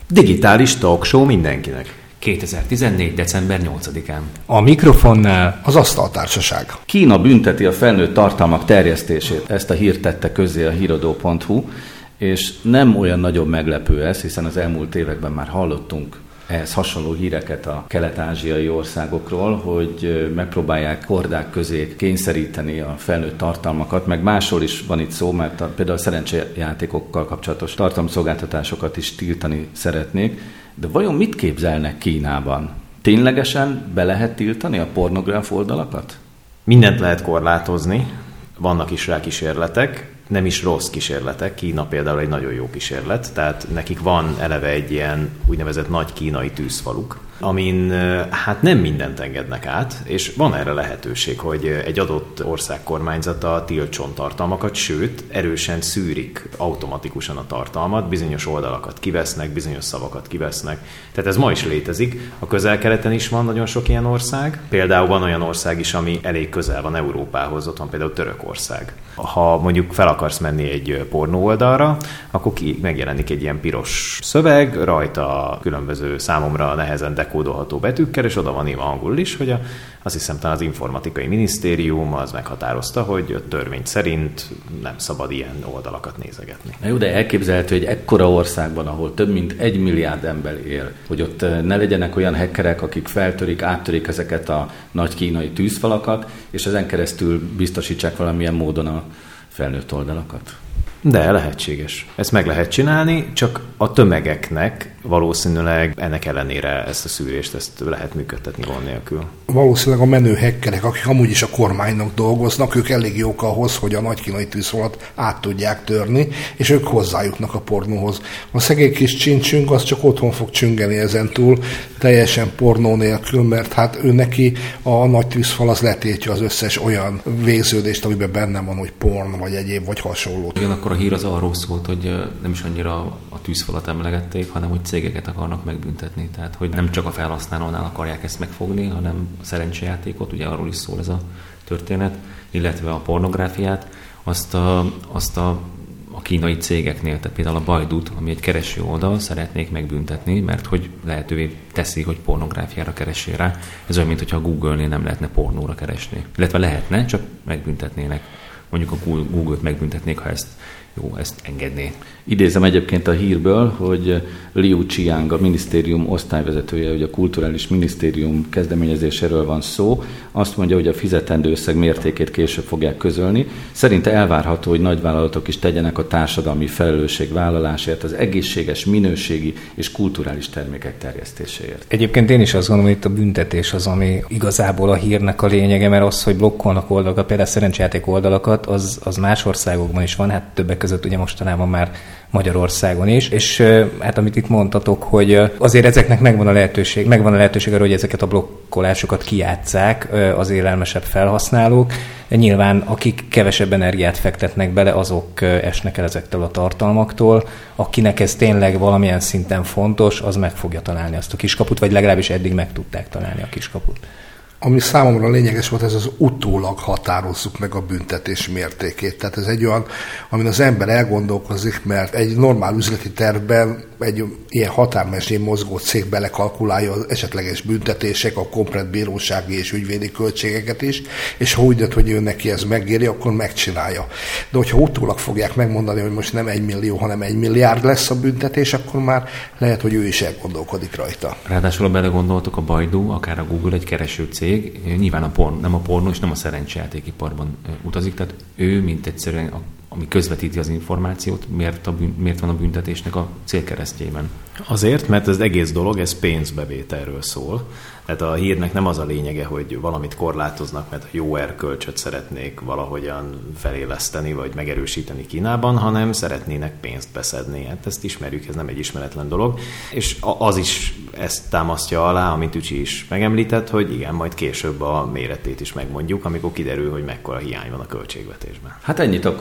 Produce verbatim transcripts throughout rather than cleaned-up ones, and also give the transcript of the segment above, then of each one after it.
Digitális talk show mindenkinek. kétezer-tizennégy. december nyolcadikán. A mikrofonnál az Asztaltársaság. Kína bünteti a felnőtt tartalmak terjesztését. Ezt a hírt tette közzé a híradó pont hu, és nem olyan nagyon meglepő ez, hiszen az elmúlt években már hallottunk ehhez hasonló híreket a kelet-ázsiai országokról, hogy megpróbálják hordák közé kényszeríteni a felnőtt tartalmakat, meg másról is van itt szó, mert a, például a szerencsejátékokkal kapcsolatos tartalomszolgáltatásokat is tiltani szeretnék. De vajon mit képzelnek Kínában? Ténylegesen be lehet tiltani a pornográf oldalakat? Mindent lehet korlátozni, vannak is rá kísérletek, nem is rossz kísérletek. Kína például egy nagyon jó kísérlet, tehát nekik van eleve egy ilyen úgynevezett nagy kínai tűzfaluk, amin hát nem mindent engednek át, és van erre lehetőség, hogy egy adott ország kormányzata tiltson tartalmakat, sőt, erősen szűrik automatikusan a tartalmat, bizonyos oldalakat kivesznek, bizonyos szavakat kivesznek. Tehát ez ma is létezik. A Közel-Keleten is van nagyon sok ilyen ország. Például van olyan ország is, ami elég közel van Európához, ott van például Törökország. Ha mondjuk fel akarsz menni egy pornó oldalra, akkor ki megjelenik egy ilyen piros szöveg, rajta különböző számomra nehezen dekódolható betűkkel, és oda van írva angolul is, hogy a, azt hiszem talán az informatikai minisztérium az meghatározta, hogy a törvény szerint nem szabad ilyen oldalakat nézegetni. Na jó, de elképzelhető, hogy ekkora országban, ahol több mint egy milliárd ember él, hogy ott ne legyenek olyan hackerek, akik feltörik, áttörik ezeket a nagy kínai tűzfalakat, és ezen keresztül biztosítsák valamilyen módon a felnőtt oldalakat? De lehetséges. Ezt meg lehet csinálni, csak a tömegeknek valószínűleg ennek ellenére ezt a szűrést ezt lehet működtetni gond nélkül. Valószínűleg a menő hackerek, akik amúgy is a kormánynak dolgoznak, ők elég jók ahhoz, hogy a nagy kínai tűzfalat át tudják törni, és ők hozzájutnak a pornóhoz. A szegény kis csincsünk az csak otthon fog csüngeni ezentúl, teljesen pornó nélkül, mert hát ő neki a nagy tűzfal az letiltja az összes olyan végződést, amiben benne van, hogy porn, vagy egyéb, vagy hasonló. Igen, akkor a hír az arról szólt, hogy nem is annyira a tűzfalat emlegették, hanem hogy cégeket akarnak megbüntetni. Tehát, hogy nem csak a felhasználónál akarják ezt megfogni, hanem a szerencsejátékot, ugye arról is szól ez a történet, illetve a pornográfiát, azt a, azt a, a kínai cégeknél, tehát például a Baidut, ami egy kereső oldal, szeretnék megbüntetni, mert hogy lehetővé teszi, hogy pornográfiára keressél rá. Ez olyan, mintha a Google-nél nem lehetne pornóra keresni. Illetve lehetne, csak megbüntetnének. Mondjuk a Google-t megbüntetnék, ha ezt jó, ezt engedné. Idézem egyébként a hírből, hogy Liu Qiang, a minisztérium osztályvezetője, hogy a kulturális minisztérium kezdeményezéséről van szó, azt mondja, hogy a fizetendő összeg mértékét később fogják közölni. Szerinte elvárható, hogy nagyvállalatok is tegyenek a társadalmi felelősségvállalásért, az egészséges, minőségi és kulturális termékek terjesztéséért. Egyébként én is azt gondolom, hogy itt a büntetés az, ami igazából a hírnek a lényege, mert az, hogy blokkolnak oldalakat, például szerencsejáték oldalakat, az, az más országokban is van, hát többek között ugye mostanában már Magyarországon is, és hát amit itt mondtatok, hogy azért ezeknek megvan a lehetőség, megvan a lehetőség arra, hogy ezeket a blokkolásokat kijátsszák az élelmesebb felhasználók. Nyilván akik kevesebb energiát fektetnek bele, azok esnek el ezektől a tartalmaktól. Akinek ez tényleg valamilyen szinten fontos, az meg fogja találni azt a kiskaput, vagy legalábbis eddig meg tudták találni a kiskaput. Ami számomra lényeges volt, ez az utólag határozzuk meg a büntetés mértékét. Tehát ez egy olyan, amin az ember elgondolkozik, mert egy normál üzleti tervben egy ilyen határmesdjén mozgó cég belekalkulálja az esetleges büntetések, a komplett bírósági és ügyvédi költségeket is, és ha úgy dönt, hogy ő neki ez megéri, akkor megcsinálja. De hogyha utólag fogják megmondani, hogy most nem egy millió, hanem egy milliárd lesz a büntetés, akkor már lehet, hogy ő is elgondolkodik rajta. Ráadásul, ha belegondoltok, a Baidu, akár a Google egy kereső cég, nyilván a porn, nem a pornó és nem a szerencsejátékiparban utazik, tehát ő, mint egyszerűen, a, ami közvetíti az információt, miért, a bűn, miért van a büntetésnek a célkeresztjében? Azért, mert az egész dolog, ez pénzbevételről szól. Tehát a hírnek nem az a lényege, hogy valamit korlátoznak, mert jó erkölcsöt szeretnék valahogyan feléleszteni, vagy megerősíteni Kínában, hanem szeretnének pénzt beszedni. Hát ezt ismerjük, ez nem egy ismeretlen dolog. És az is ezt támasztja alá, amit Tücsi is megemlített, hogy igen, majd később a méretét is megmondjuk, amikor kiderül, hogy mekkora hiány van a költségvetésben. Hát ennyit akkor a kínai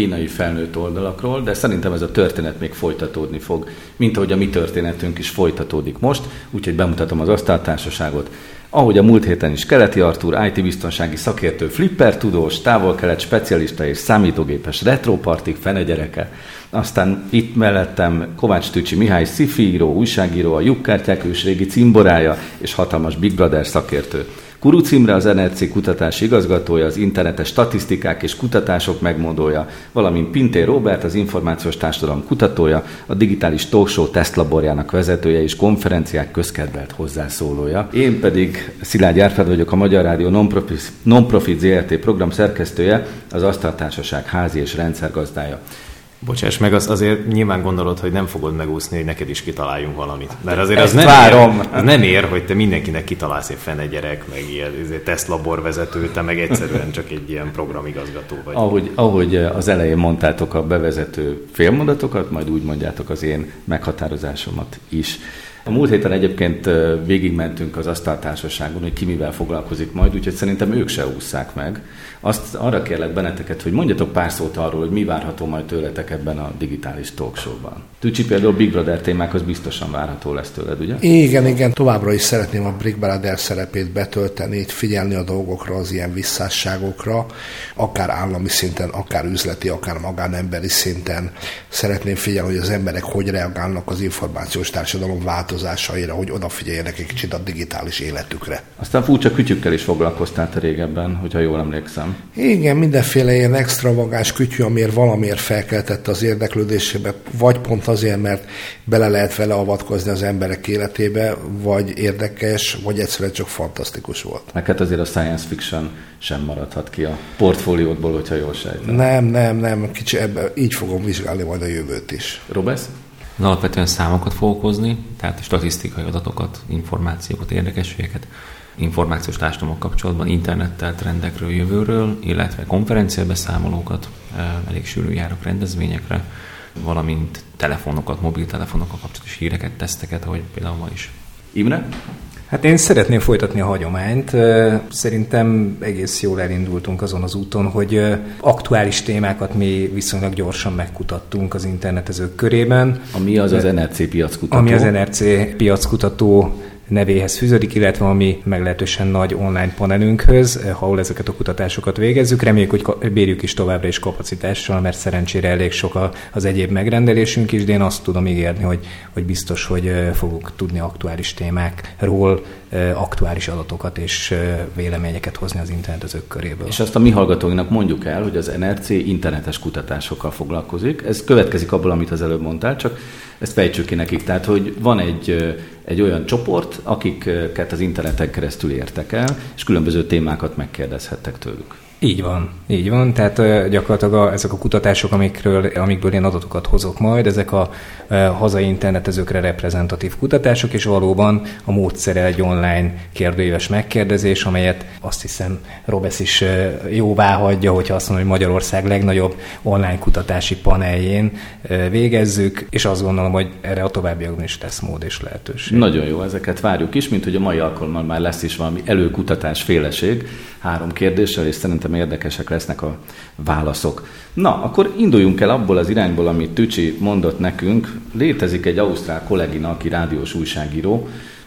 kínai felnőtt oldalakról, de szerintem ez a történet még folytatódni fog, mint ahogy a mi történetünk is folytatódik most, úgyhogy bemutatom az asztaltársaságot. Ahogy a múlt héten is, Keleti Artúr, í té-biztonsági szakértő, flipper tudós, távol-kelet specialista és számítógépes retropartik fenegyereke. Aztán itt mellettem Kovács Tücsi Mihály, sci-fi író, újságíró, a lyukkártyák ősrégi cimborája és hatalmas Big Brother szakértő. Kuruc Imre, az en er cé kutatási igazgatója, az internetes statisztikák és kutatások megmondója, valamint Pintér Róbert, az információs társadalom kutatója, a digitális talkshow tesztlaborjának vezetője és konferenciák közkedvelt hozzászólója. Én pedig Szilágy Árpád vagyok, a Magyar Rádió Non-Profit, Non-Profit zé er té program szerkesztője, az Asztaltársaság házi és rendszergazdája. Bocsáss meg, az azért nyilván gondolod, hogy nem fogod megúszni, hogy neked is kitaláljunk valamit. Mert azért az nem, ér, az nem ér, hogy te mindenkinek kitalálsz egy fenegyerek, meg ilyen tesztlabor vezető, te meg egyszerűen csak egy ilyen programigazgató vagy. Ahogy, ahogy az elején mondtátok a bevezető félmondatokat, majd úgy mondjátok az én meghatározásomat is. A múlt héten egyébként végigmentünk az asztaltársaságon, hogy ki mivel foglalkozik majd, úgyhogy szerintem ők se ússzák meg. Azt arra kérlek benneteket, hogy mondjatok pár szót arról, hogy mi várható majd tőletek ebben a digitális talkshowban. Tücsi, például Big Brother témákhoz biztosan várható lesz tőled, ugye? Igen, igen, továbbra is szeretném a Big Brother szerepét betölteni, figyelni a dolgokra, az ilyen visszásságokra, akár állami szinten, akár üzleti, akár magánemberi szinten. Szeretném figyelni, hogy az emberek hogy reagálnak az információs társadalom változásaira, hogy odafigyeljenek egy kicsit a digitális életükre. Aztán furcsa kütyükkel is foglalkoztál te régebben, hogyha jól emlékszem. Igen, mindenféle ilyen extravagáns kütyű, amiért valamiért felkeltette az érdeklődésébe, vagy pont azért, mert bele lehet vele avatkozni az emberek életébe, vagy érdekes, vagy egyszerűen csak fantasztikus volt. Meg hát azért a science fiction sem maradhat ki a portfóliódból, hogyha jól sejtem. Nem, nem, nem, kicsi ebben így fogom vizsgálni majd a jövőt is. Robesz? Alapvetően számokat fogok hozni, tehát statisztikai adatokat, információkat, érdekességeket, információs társadalmak kapcsolatban, internettel, trendekről, jövőről, illetve konferenciabeszámolókat, elég sűrű járok rendezvényekre, valamint telefonokat, mobiltelefonokkal kapcsolatos híreket, teszteket, ahogy például ma is. Imre? Hát én szeretném folytatni a hagyományt. Szerintem egész jól elindultunk azon az úton, hogy aktuális témákat mi viszonylag gyorsan megkutattunk az internetezők körében. Ami az az en er cé piackutató. Ami az en er cé piackutató nevéhez fűződik, illetve a mi meglehetősen nagy online panelünkhöz, ahol ezeket a kutatásokat végezzük. Reméljük, hogy bírjuk is továbbra is kapacitással, mert szerencsére elég sok az egyéb megrendelésünk is, de én azt tudom ígérni, hogy, hogy biztos, hogy fogunk tudni aktuális témákról, aktuális adatokat és véleményeket hozni az internetezők köréből. És azt a mi hallgatóinknak mondjuk el, hogy az en er cé internetes kutatásokkal foglalkozik. Ez következik abból, amit az előbb mondtál, csak ezt fejtsük ki nekik. Tehát, hogy van egy, egy olyan csoport, akiket az interneten keresztül értek el, és különböző témákat megkérdezhettek tőlük. Így van, így van. Tehát gyakorlatilag a, ezek a kutatások, amikről, amikből én adatokat hozok majd, ezek a, a hazai internetezőkre reprezentatív kutatások, és valóban a módszere egy online kérdőíves megkérdezés, amelyet azt hiszem Robesz is jóvá hagyja, hogyha azt mondom, hogy Magyarország legnagyobb online kutatási paneljén végezzük, és azt gondolom, hogy erre a továbbiakban is lesz mód és lehetőség. Nagyon jó, ezeket várjuk is, mint hogy a mai alkalommal már lesz is valami előkutatás féleség, három kérdéssel, és szerintem érdekesek lesznek a válaszok. Na, akkor induljunk el abból az irányból, amit Tücsi mondott nekünk. Létezik egy ausztrál kollégina, aki rádiós újságíró,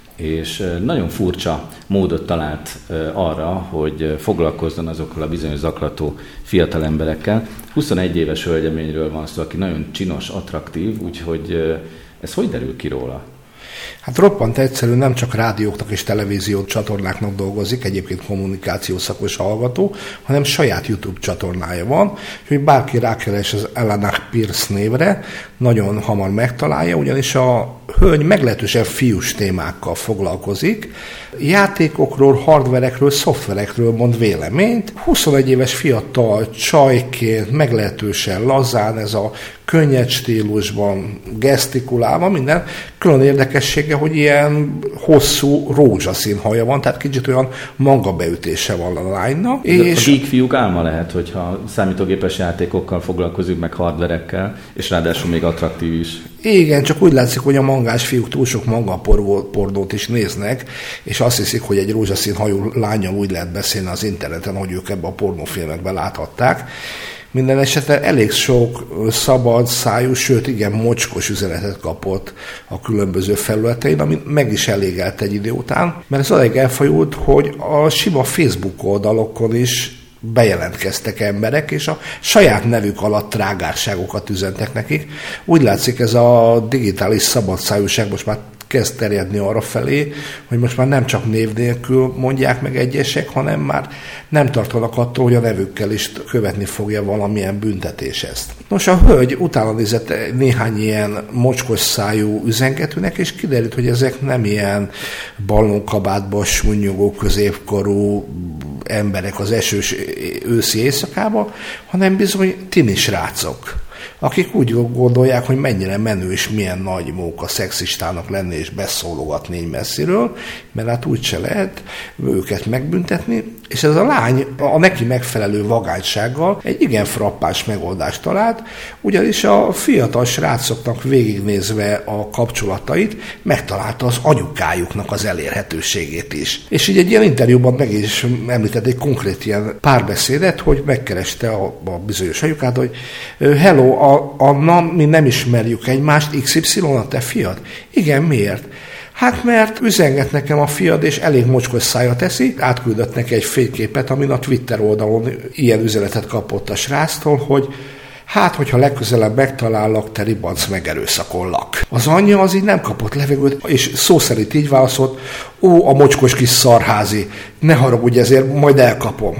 és nagyon furcsa módot talált arra, hogy foglalkozzon azokkal a bizonyos zaklató fiatal emberekkel. huszonegy éves hölgyeményről van szó, aki nagyon csinos, attraktív, úgyhogy ez hogy derül ki róla? Hát roppant egyszerű, nem csak rádióknak és televízió csatornáknak dolgozik, egyébként kommunikáció szakos hallgató, hanem saját YouTube csatornája van, és bárki rákeres az Elena Pierce névre, nagyon hamar megtalálja, ugyanis a hölgy meglehetősen fiús témákkal foglalkozik, játékokról, hardverekről, szoftverekről mond véleményt. huszonegy éves fiatal csajként meglehetősen lazán, ez a könnyed stílusban, gesztikulálva, minden. Külön érdekessége, hogy ilyen hosszú rózsaszín haja van, tehát kicsit olyan mangabeütése van a lánynak. És a geek fiúk álma lehet, hogyha számítógépes játékokkal foglalkozunk, meg hardverekkel, és ráadásul még attraktív is. Igen, csak úgy látszik, hogy a mangás fiúk túl sok mangapornót is néznek, és azt hiszik, hogy egy rózsaszín hajú lánnyal úgy lehet beszélni az interneten, hogy ők ebbe a pornófilmekben láthatták. Minden esetre elég sok szabad szájú, sőt igen mocskos üzenetet kapott a különböző felületein, ami meg is elégelt egy idő után, mert ez alig elfajult, hogy a sima Facebook oldalokon is bejelentkeztek emberek, és a saját nevük alatt trágárságokat üzentek nekik. Úgy látszik, ez a digitális szabadszájúság most már kezd terjedni arra felé, hogy most már nem csak név nélkül mondják meg egyesek, hanem már nem tartanak attól, hogy a nevükkel is követni fogja valamilyen büntetés ezt. Nos, a hölgy utána nézett néhány ilyen mocskos szájú üzengetőnek, és kiderült, hogy ezek nem ilyen ballonkabátban sunnyogó középkorú emberek az esős őszi éjszakában, hanem bizony tini srácok, akik úgy gondolják, hogy mennyire menő és milyen nagy móka szexistának lenni és beszólogatni így messziről, mert hát úgyse lehet őket megbüntetni, és ez a lány a neki megfelelő vagánysággal egy igen frappás megoldást talált, ugyanis a fiatal srácoknak végignézve a kapcsolatait megtalálta az anyukájuknak az elérhetőségét is. És így egy ilyen interjúban meg is említett egy konkrét ilyen párbeszédet, hogy megkereste a, a bizonyos anyukát, hogy hello, a, Anna, mi nem ismerjük egymást, iksz ipszilon a te fiad? Igen, miért? Hát mert üzenget nekem a fiad, és elég mocskos szája teszi. Átküldött neki egy fényképet, amin a Twitter oldalon ilyen üzenetet kapott a sráctól, hogy hát, hogyha legközelebb megtalállak, te ribanc, megerőszakollak. Az anyja az így nem kapott levegőt, és szó szerint így válaszolt, ó, a mocskos kis szarházi, ne haragudj ezért, majd elkapom.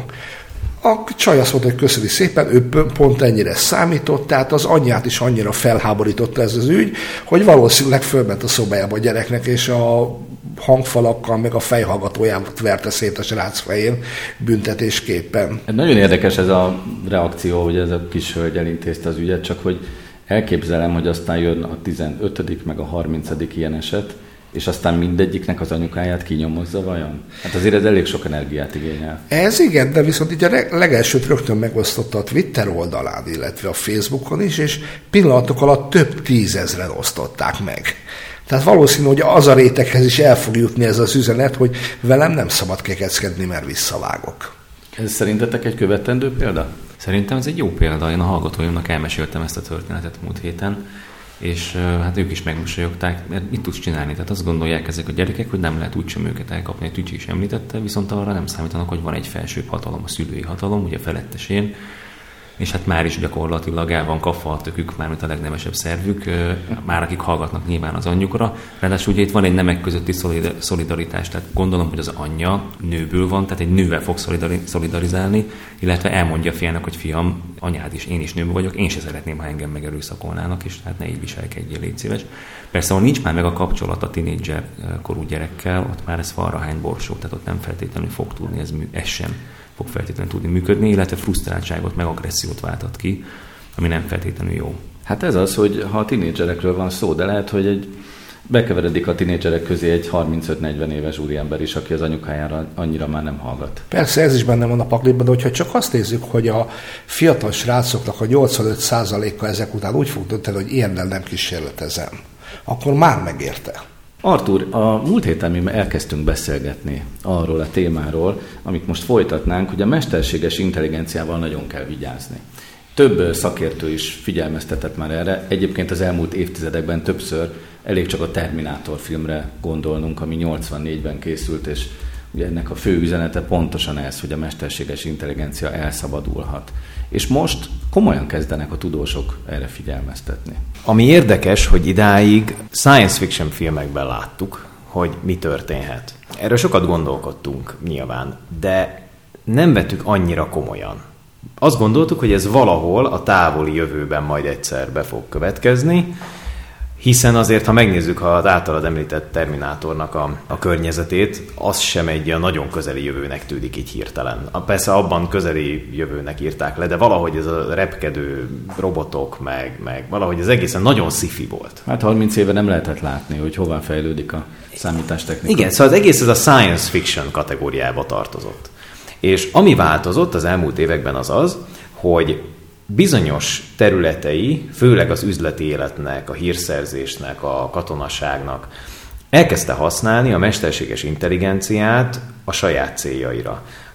A csaj azt mondta, hogy köszöni szépen, ő pont ennyire számított, tehát az anyját is annyira felháborította ez az ügy, hogy valószínűleg fölment a szobájába a gyereknek, és a hangfalakkal, meg a fejhallgatóját verte szét a srác fején büntetésképpen. Nagyon érdekes ez a reakció, hogy ez a kis hölgy elintézte az ügyet, csak hogy elképzelem, hogy aztán jön a tizenötödik meg a harmincadik ilyen eset, és aztán mindegyiknek az anyukáját kinyomozza vajon? Hát azért ez elég sok energiát igényel. Ez igen, de viszont így a legelsőt rögtön megosztotta a Twitter oldalán, illetve a Facebookon is, és pillanatok alatt több tízezren osztották meg. Tehát valószínű, hogy az a réteghez is el fog jutni ez az üzenet, hogy velem nem szabad kekeckedni, mert visszavágok. Ez szerintetek egy követendő példa? Szerintem ez egy jó példa. Én a hallgatóimnak elmeséltem ezt a történetet múlt héten, és hát ők is megmosolyogták, mert mit tudsz csinálni? Tehát azt gondolják ezek a gyerekek, hogy nem lehet úgysem őket elkapni, hogy Tücsi is említette, viszont arra nem számítanak, hogy van egy felsőbb hatalom, a szülői hatalom, ugye felettesén, és hát már is gyakorlatilag el van kapva a tökük, mármint a legnemesebb szervük, már akik hallgatnak nyilván az anyjukra. Ráadásul ugye itt van egy nemek közötti szolidaritás, tehát gondolom, hogy az anyja nőből van, tehát egy nővel fog szolidarizálni, illetve elmondja a fiának, hogy fiam, anyád is, én is nő vagyok, én se szeretném, ha engem megerőszakolnának, és hát ne így viselkedjél, légy szíves. Persze, ahol nincs már meg a kapcsolat a tinédzser korú gyerekkel, ott már ez falrahány borsó, tehát ott nem feltétlenül fog tudni, ez, ez sem fog feltétlenül tudni működni, illetve frusztráltságot, meg agressziót váltat ki, ami nem feltétlenül jó. Hát ez az, hogy ha a tinédzserekről van szó, de lehet, hogy egy bekeveredik a tinédzserek közé egy harmincöt-negyven éves úriember is, aki az anyukájára annyira már nem hallgat. Persze, ez is benne van a pakliban, de hogyha csak azt nézzük, hogy a fiatal srácoknak a nyolcvanöt százaléka ezek után úgy fog dönteni, hogy ilyennel nem kísérletezem, akkor már megérte. Artúr, a múlt héten mi elkezdtünk beszélgetni arról a témáról, amit most folytatnánk, hogy a mesterséges intelligenciával nagyon kell vigyázni. Több szakértő is figyelmeztetett már erre, egyébként az elmúlt évtizedekben többször elég csak a Terminátor filmre gondolnunk, ami nyolcvannégyben készült, és ugye ennek a fő üzenete pontosan ez, hogy a mesterséges intelligencia elszabadulhat. És most komolyan kezdenek a tudósok erre figyelmeztetni. Ami érdekes, hogy idáig science fiction filmekben láttuk, hogy mi történhet. Erről sokat gondolkodtunk nyilván, de nem vettük annyira komolyan. Azt gondoltuk, hogy ez valahol a távoli jövőben majd egyszer be fog következni, hiszen azért, ha megnézzük az általad említett Terminátornak a, a környezetét, az sem egy olyan nagyon közeli jövőnek tűnik így hirtelen. Persze abban közeli jövőnek írták le, de valahogy ez a repkedő robotok, meg, meg valahogy ez egészen nagyon sci-fi volt. Hát harminc éve nem lehetett látni, hogy hova fejlődik a számítástechnika. Igen, szóval az egész ez a science fiction kategóriába tartozott. És ami változott az elmúlt években az az, hogy bizonyos területei, főleg az üzleti életnek, a hírszerzésnek, a katonaságnak elkezdte használni a mesterséges intelligenciát a saját céljaira.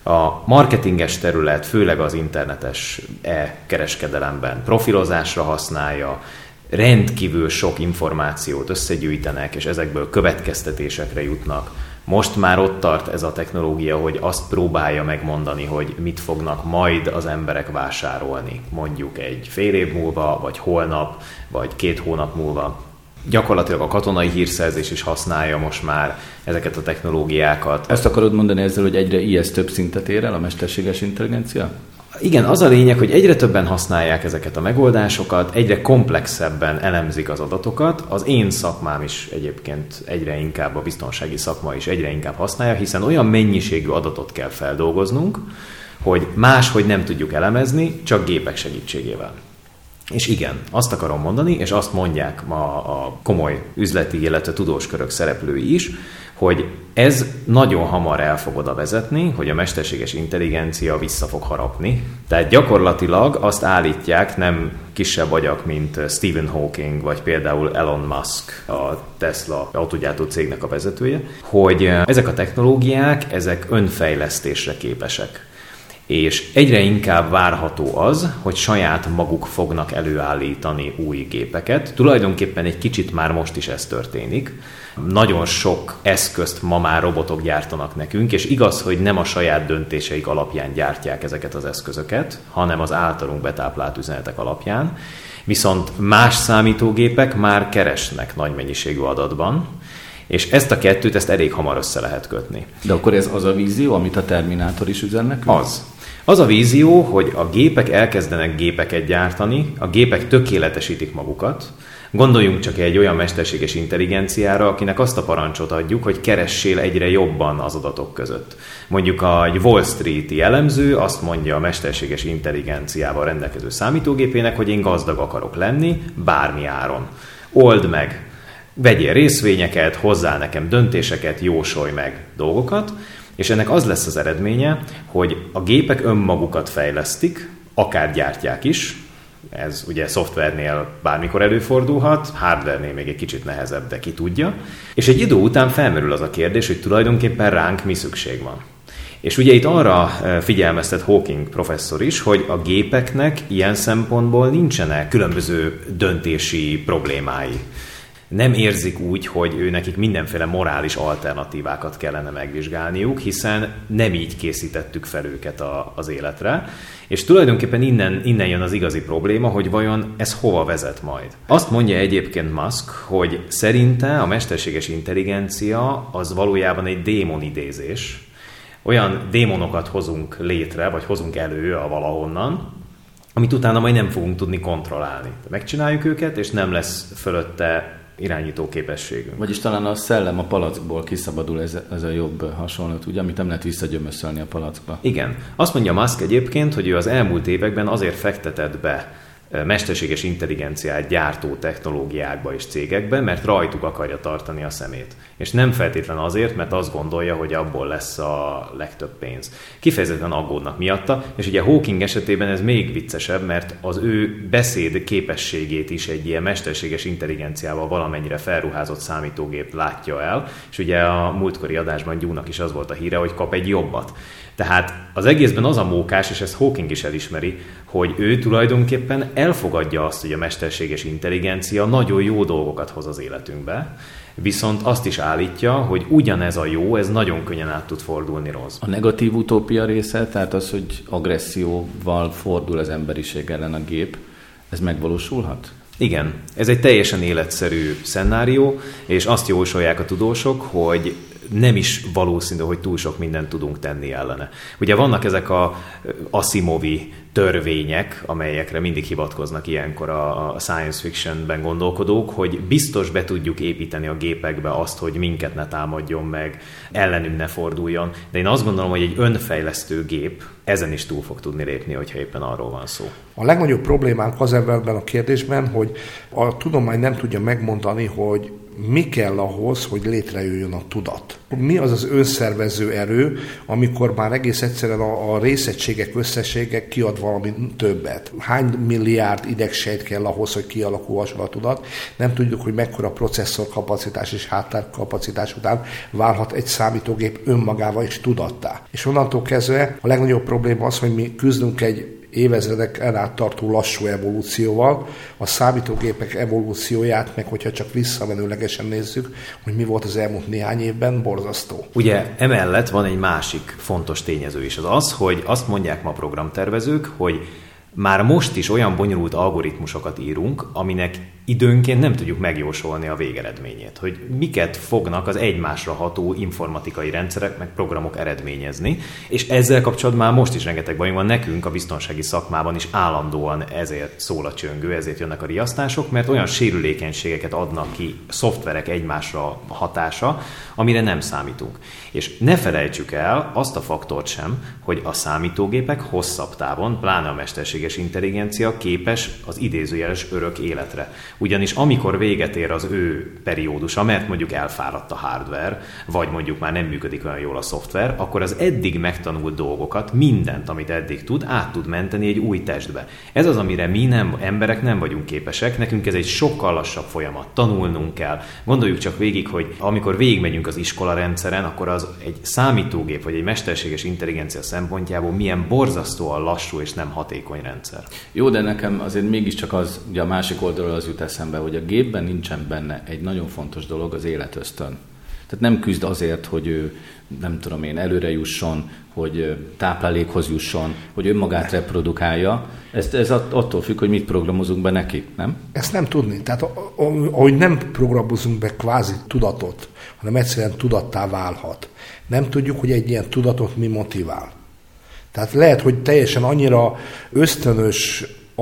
A marketinges terület, főleg az internetes e-kereskedelemben profilozásra használja, rendkívül sok információt összegyűjtenek, és ezekből következtetésekre jutnak. Most már ott tart ez a technológia, hogy azt próbálja megmondani, hogy mit fognak majd az emberek vásárolni, mondjuk egy fél év múlva, vagy holnap, vagy két hónap múlva. Gyakorlatilag a katonai hírszerzés is használja most már ezeket a technológiákat. Ezt akarod mondani ezzel, hogy egyre ijesztőbb szintet ér el a mesterséges intelligencia? Igen, az a lényeg, hogy egyre többen használják ezeket a megoldásokat, egyre komplexebben elemzik az adatokat. Az én szakmám is egyébként egyre inkább, a biztonsági szakma is egyre inkább használja, hiszen olyan mennyiségű adatot kell feldolgoznunk, hogy máshogy nem tudjuk elemezni, csak gépek segítségével. És igen, azt akarom mondani, és azt mondják ma a komoly üzleti, illetve tudós körök szereplői is, hogy ez nagyon hamar el fog oda vezetni, hogy a mesterséges intelligencia vissza fog harapni. Tehát gyakorlatilag azt állítják, nem kisebb agyak, mint Stephen Hawking, vagy például Elon Musk, a Tesla autogyártó cégnek a vezetője, hogy ezek a technológiák, ezek önfejlesztésre képesek. És egyre inkább várható az, hogy saját maguk fognak előállítani új gépeket. Tulajdonképpen egy kicsit már most is ez történik. Nagyon sok eszközt ma már robotok gyártanak nekünk, és igaz, hogy nem a saját döntéseik alapján gyártják ezeket az eszközöket, hanem az általunk betáplált üzenetek alapján. Viszont más számítógépek már keresnek nagy mennyiségű adatban, és ezt a kettőt, ezt elég hamar össze lehet kötni. De akkor ez az a vízió, amit a Terminátor is üzen nekünk? Az. Az a vízió, hogy a gépek elkezdenek gépeket gyártani, a gépek tökéletesítik magukat. Gondoljunk csak egy olyan mesterséges intelligenciára, akinek azt a parancsot adjuk, hogy keressél egyre jobban az adatok között. Mondjuk egy Wall Street-i elemző azt mondja a mesterséges intelligenciával rendelkező számítógépének, hogy én gazdag akarok lenni, bármi áron. Old meg, vegyél részvényeket, hozzál nekem döntéseket, jósolj meg dolgokat, és ennek az lesz az eredménye, hogy a gépek önmagukat fejlesztik, akár gyártják is, ez ugye szoftvernél bármikor előfordulhat, hardvernél még egy kicsit nehezebb, de ki tudja, és egy idő után felmerül az a kérdés, hogy tulajdonképpen ránk mi szükség van. És ugye itt arra figyelmeztet Hawking professzor is, hogy a gépeknek ilyen szempontból nincsenek különböző döntési problémái. Nem érzik úgy, hogy ő nekik mindenféle morális alternatívákat kellene megvizsgálniuk, hiszen nem így készítettük fel őket a, az életre. És tulajdonképpen innen, innen jön az igazi probléma, hogy vajon ez hova vezet majd. Azt mondja egyébként Musk, hogy szerinte a mesterséges intelligencia az valójában egy démonidézés. Olyan démonokat hozunk létre, vagy hozunk elő a valahonnan, amit utána majd nem fogunk tudni kontrollálni. Megcsináljuk őket, és nem lesz fölötte irányító képességünk. Vagyis talán a szellem a palackból kiszabadul, ez, ez a jobb hasonlat, ugye, amit nem lehet visszagyömöszölni a palackba. Igen. Azt mondja Musk egyébként, hogy ő az elmúlt években azért fektetett be mesterséges intelligenciát gyártó technológiákba és cégekbe, mert rajtuk akarja tartani a szemét. És nem feltétlen azért, mert azt gondolja, hogy abból lesz a legtöbb pénz. Kifejezetten aggódnak miatta, és ugye Hawking esetében ez még viccesebb, mert az ő beszéd képességét is egy ilyen mesterséges intelligenciával valamennyire felruházott számítógép látja el, és ugye a múltkori adásban Gyúnak is az volt a híre, hogy kap egy jobbat. Tehát az egészben az a mókás, és ezt Hawking is elismeri, hogy ő tulajdonképpen elfogadja azt, hogy a mesterséges intelligencia nagyon jó dolgokat hoz az életünkbe, viszont azt is állítja, hogy ugyanez a jó, ez nagyon könnyen át tud fordulni rossz. A negatív utópia része, tehát az, hogy agresszióval fordul az emberiség ellen a gép, ez megvalósulhat? Igen, ez egy teljesen életszerű szenárió, és azt jósolják a tudósok, hogy nem is valószínű, hogy túl sok mindent tudunk tenni ellene. Ugye vannak ezek a Asimovi törvények, amelyekre mindig hivatkoznak ilyenkor a science fictionben gondolkodók, hogy biztos be tudjuk építeni a gépekbe azt, hogy minket ne támadjon meg, ellenünk ne forduljon. De én azt gondolom, hogy egy önfejlesztő gép ezen is túl fog tudni lépni, hogyha éppen arról van szó. A legnagyobb problémánk az ebben a kérdésben, hogy a tudomány nem tudja megmondani, hogy mi kell ahhoz, hogy létrejöjjön a tudat. Mi az az önszervező erő, amikor már egész egyszerűen a, a részegységek, összességek kiad valami többet. Hány milliárd idegsejt kell ahhoz, hogy kialakulhasson a tudat. Nem tudjuk, hogy mekkora processzorkapacitás és háttérkapacitás után válhat egy számítógép önmagával is tudattá. És onnantól kezdve a legnagyobb probléma az, hogy mi küzdünk egy évezredeken át tartó lassú evolúcióval, a számítógépek evolúcióját, meg hogyha csak visszamenőlegesen nézzük, hogy mi volt az elmúlt néhány évben, borzasztó. Ugye emellett van egy másik fontos tényező is, az az, hogy azt mondják ma programtervezők, hogy már most is olyan bonyolult algoritmusokat írunk, aminek időnként nem tudjuk megjósolni a végeredményét, hogy miket fognak az egymásra ható informatikai rendszerek meg programok eredményezni, és ezzel kapcsolatban már most is rengeteg bajunk van nekünk a biztonsági szakmában is állandóan ezért szól a csöngő, ezért jönnek a riasztások, mert olyan sérülékenységeket adnak ki szoftverek egymásra hatása, amire nem számítunk. És ne felejtsük el azt a faktort sem, hogy a számítógépek hosszabb távon, pláne a mesterséges intelligencia képes az idézőjeles örök életre. Ugyanis amikor véget ér az ő periódusa, mert mondjuk elfáradt a hardware, vagy mondjuk már nem működik olyan jól a szoftver, akkor az eddig megtanult dolgokat, mindent, amit eddig tud, át tud menteni egy új testbe. Ez az, amire mi nem, emberek nem vagyunk képesek, nekünk ez egy sokkal lassabb folyamat, tanulnunk kell. Gondoljuk csak végig, hogy amikor végigmegyünk az iskolarendszeren, akkor az egy számítógép vagy egy mesterséges intelligencia szempontjából milyen borzasztóan lassú és nem hatékony rendszer. Jó, de nekem azért mégiscsak az, ugye a másik oldalról az jut eszembe, hogy a gépben nincsen benne egy nagyon fontos dolog, az életösztön. Tehát nem küzd azért, hogy ő, nem tudom én, előre jusson, hogy táplálékhoz jusson, hogy önmagát reprodukálja. Ez, ez attól függ, hogy mit programozunk be neki, nem? Ezt nem tudni. Tehát ahogy nem programozunk be kvázi tudatot, hanem egyszerűen tudattá válhat. Nem tudjuk, hogy egy ilyen tudatot mi motivál. Tehát lehet, hogy teljesen annyira ösztönös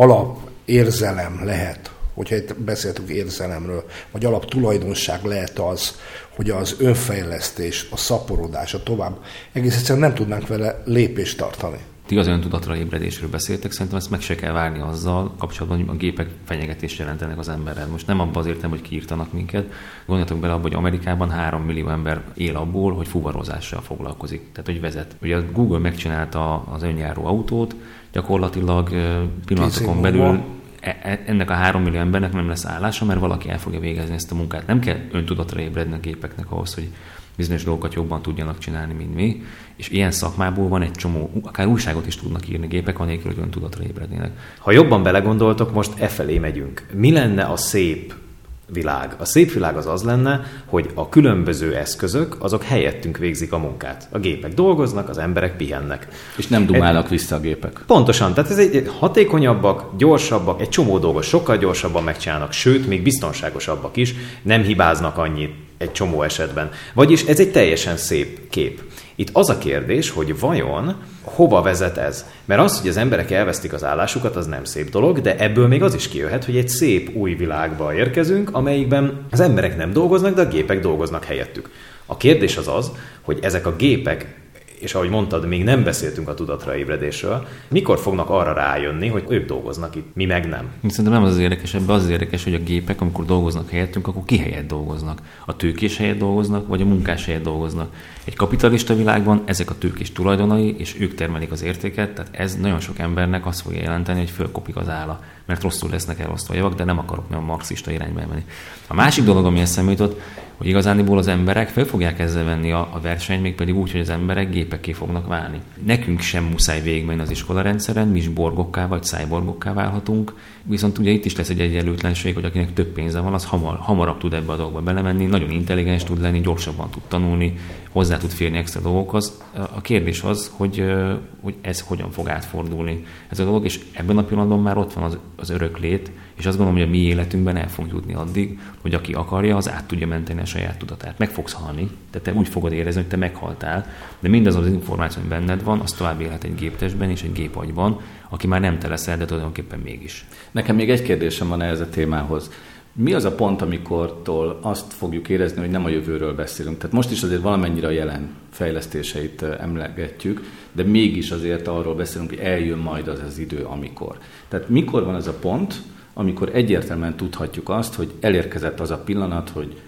alapérzelem lehet, hogyha itt beszéltünk érzelemről, vagy alaptulajdonság lehet az, hogy az önfejlesztés, a szaporodás, a tovább, egész egyszerűen nem tudnánk vele lépést tartani. Igaz, olyan tudatra ébredésről beszéltek, szerintem ezt meg se kell várni azzal kapcsolatban, hogy a gépek fenyegetést jelentenek az emberrel. Most nem abban az értem, hogy kiírtanak minket. Gondoljatok bele abba, hogy Amerikában három millió ember él abból, hogy fuvarozással foglalkozik, tehát hogy vezet. Ugye a Google megcsinálta az önjáró autót, gyakorlatilag pillanatokon belül ennek a három millió embernek nem lesz állása, mert valaki el fogja végezni ezt a munkát. Nem kell öntudatra ébredni a gépeknek ahhoz, hogy bizonyos dolgokat jobban tudjanak csinálni, mint mi. És ilyen szakmából van egy csomó, akár újságot is tudnak írni gépek, anélkül, hogy öntudatra ébrednének. Ha jobban belegondoltok, most e felé megyünk. Mi lenne a szép világ? A szép világ az az lenne, hogy a különböző eszközök, azok helyettünk végzik a munkát. A gépek dolgoznak, az emberek pihennek. És nem dumálnak egy... vissza a gépek. Pontosan, tehát ez egy hatékonyabbak, gyorsabbak, egy csomó dolgot sokkal gyorsabban megcsinálnak, sőt, még biztonságosabbak is, nem hibáznak annyit egy csomó esetben. Vagyis ez egy teljesen szép kép. Itt az a kérdés, hogy vajon hova vezet ez? Mert az, hogy az emberek elvesztik az állásukat, az nem szép dolog, de ebből még az is kijöhet, hogy egy szép új világba érkezünk, amelyikben az emberek nem dolgoznak, de a gépek dolgoznak helyettük. A kérdés az az, hogy ezek a gépek, és ahogy mondtad, még nem beszéltünk a tudatra ébredésről, mikor fognak arra rájönni, hogy ők dolgoznak itt, mi meg nem? Szerintem nem az az érdekes, ebben az az érdekes, hogy a gépek, amikor dolgoznak helyettünk, akkor ki helyett dolgoznak? A tőkés helyett dolgoznak, vagy a munkás helyett dolgoznak? Egy kapitalista világban ezek a tőkés tulajdonai, és ők termelik az értéket, tehát ez nagyon sok embernek azt fogja jelenteni, hogy fölkopik az álla, mert rosszul lesznek elosztva a javak, de nem akarok nagyon marxista irányba menni. A másik dolog, ami eszembe jutott, hogy igazániból az emberek fel fogják ezzel venni a, a versenyt, mégpedig úgy, hogy az emberek gépekké fognak válni. Nekünk sem muszáj végigmenni az iskolarendszeren, mi is borgokká vagy cyborgokká válhatunk, viszont ugye itt is lesz egy egyenlőtlenség, hogy akinek több pénze van, az hamar, hamarabb tud ebbe a dolgba belemenni, nagyon intelligens tud lenni, gyorsabban tud tanulni, hozzá tud férni extra dolgokhoz. A kérdés az, hogy, hogy ez hogyan fog átfordulni ez a dolog, és ebben a pillanatban már ott van az, az öröklét, és azt gondolom, hogy a mi életünkben el fog jutni addig, hogy aki akarja, az át tudja menteni a saját tudatát. Meg fogsz halni, tehát te úgy fogod érezni, hogy te meghaltál, de mindaz az információ, ami benned van, az tovább élhet egy géptestben és egy gépagyban, aki már nem te leszel, de tulajdonképpen mégis. Nekem még egy kérdésem van ehhez a témához. Mi az a pont, amikortól azt fogjuk érezni, hogy nem a jövőről beszélünk? Tehát most is azért valamennyire a jelen fejlesztéseit emlegetjük, de mégis azért arról beszélünk, hogy eljön majd az az idő, amikor. Tehát mikor van ez a pont, amikor egyértelműen tudhatjuk azt, hogy elérkezett az a pillanat, hogy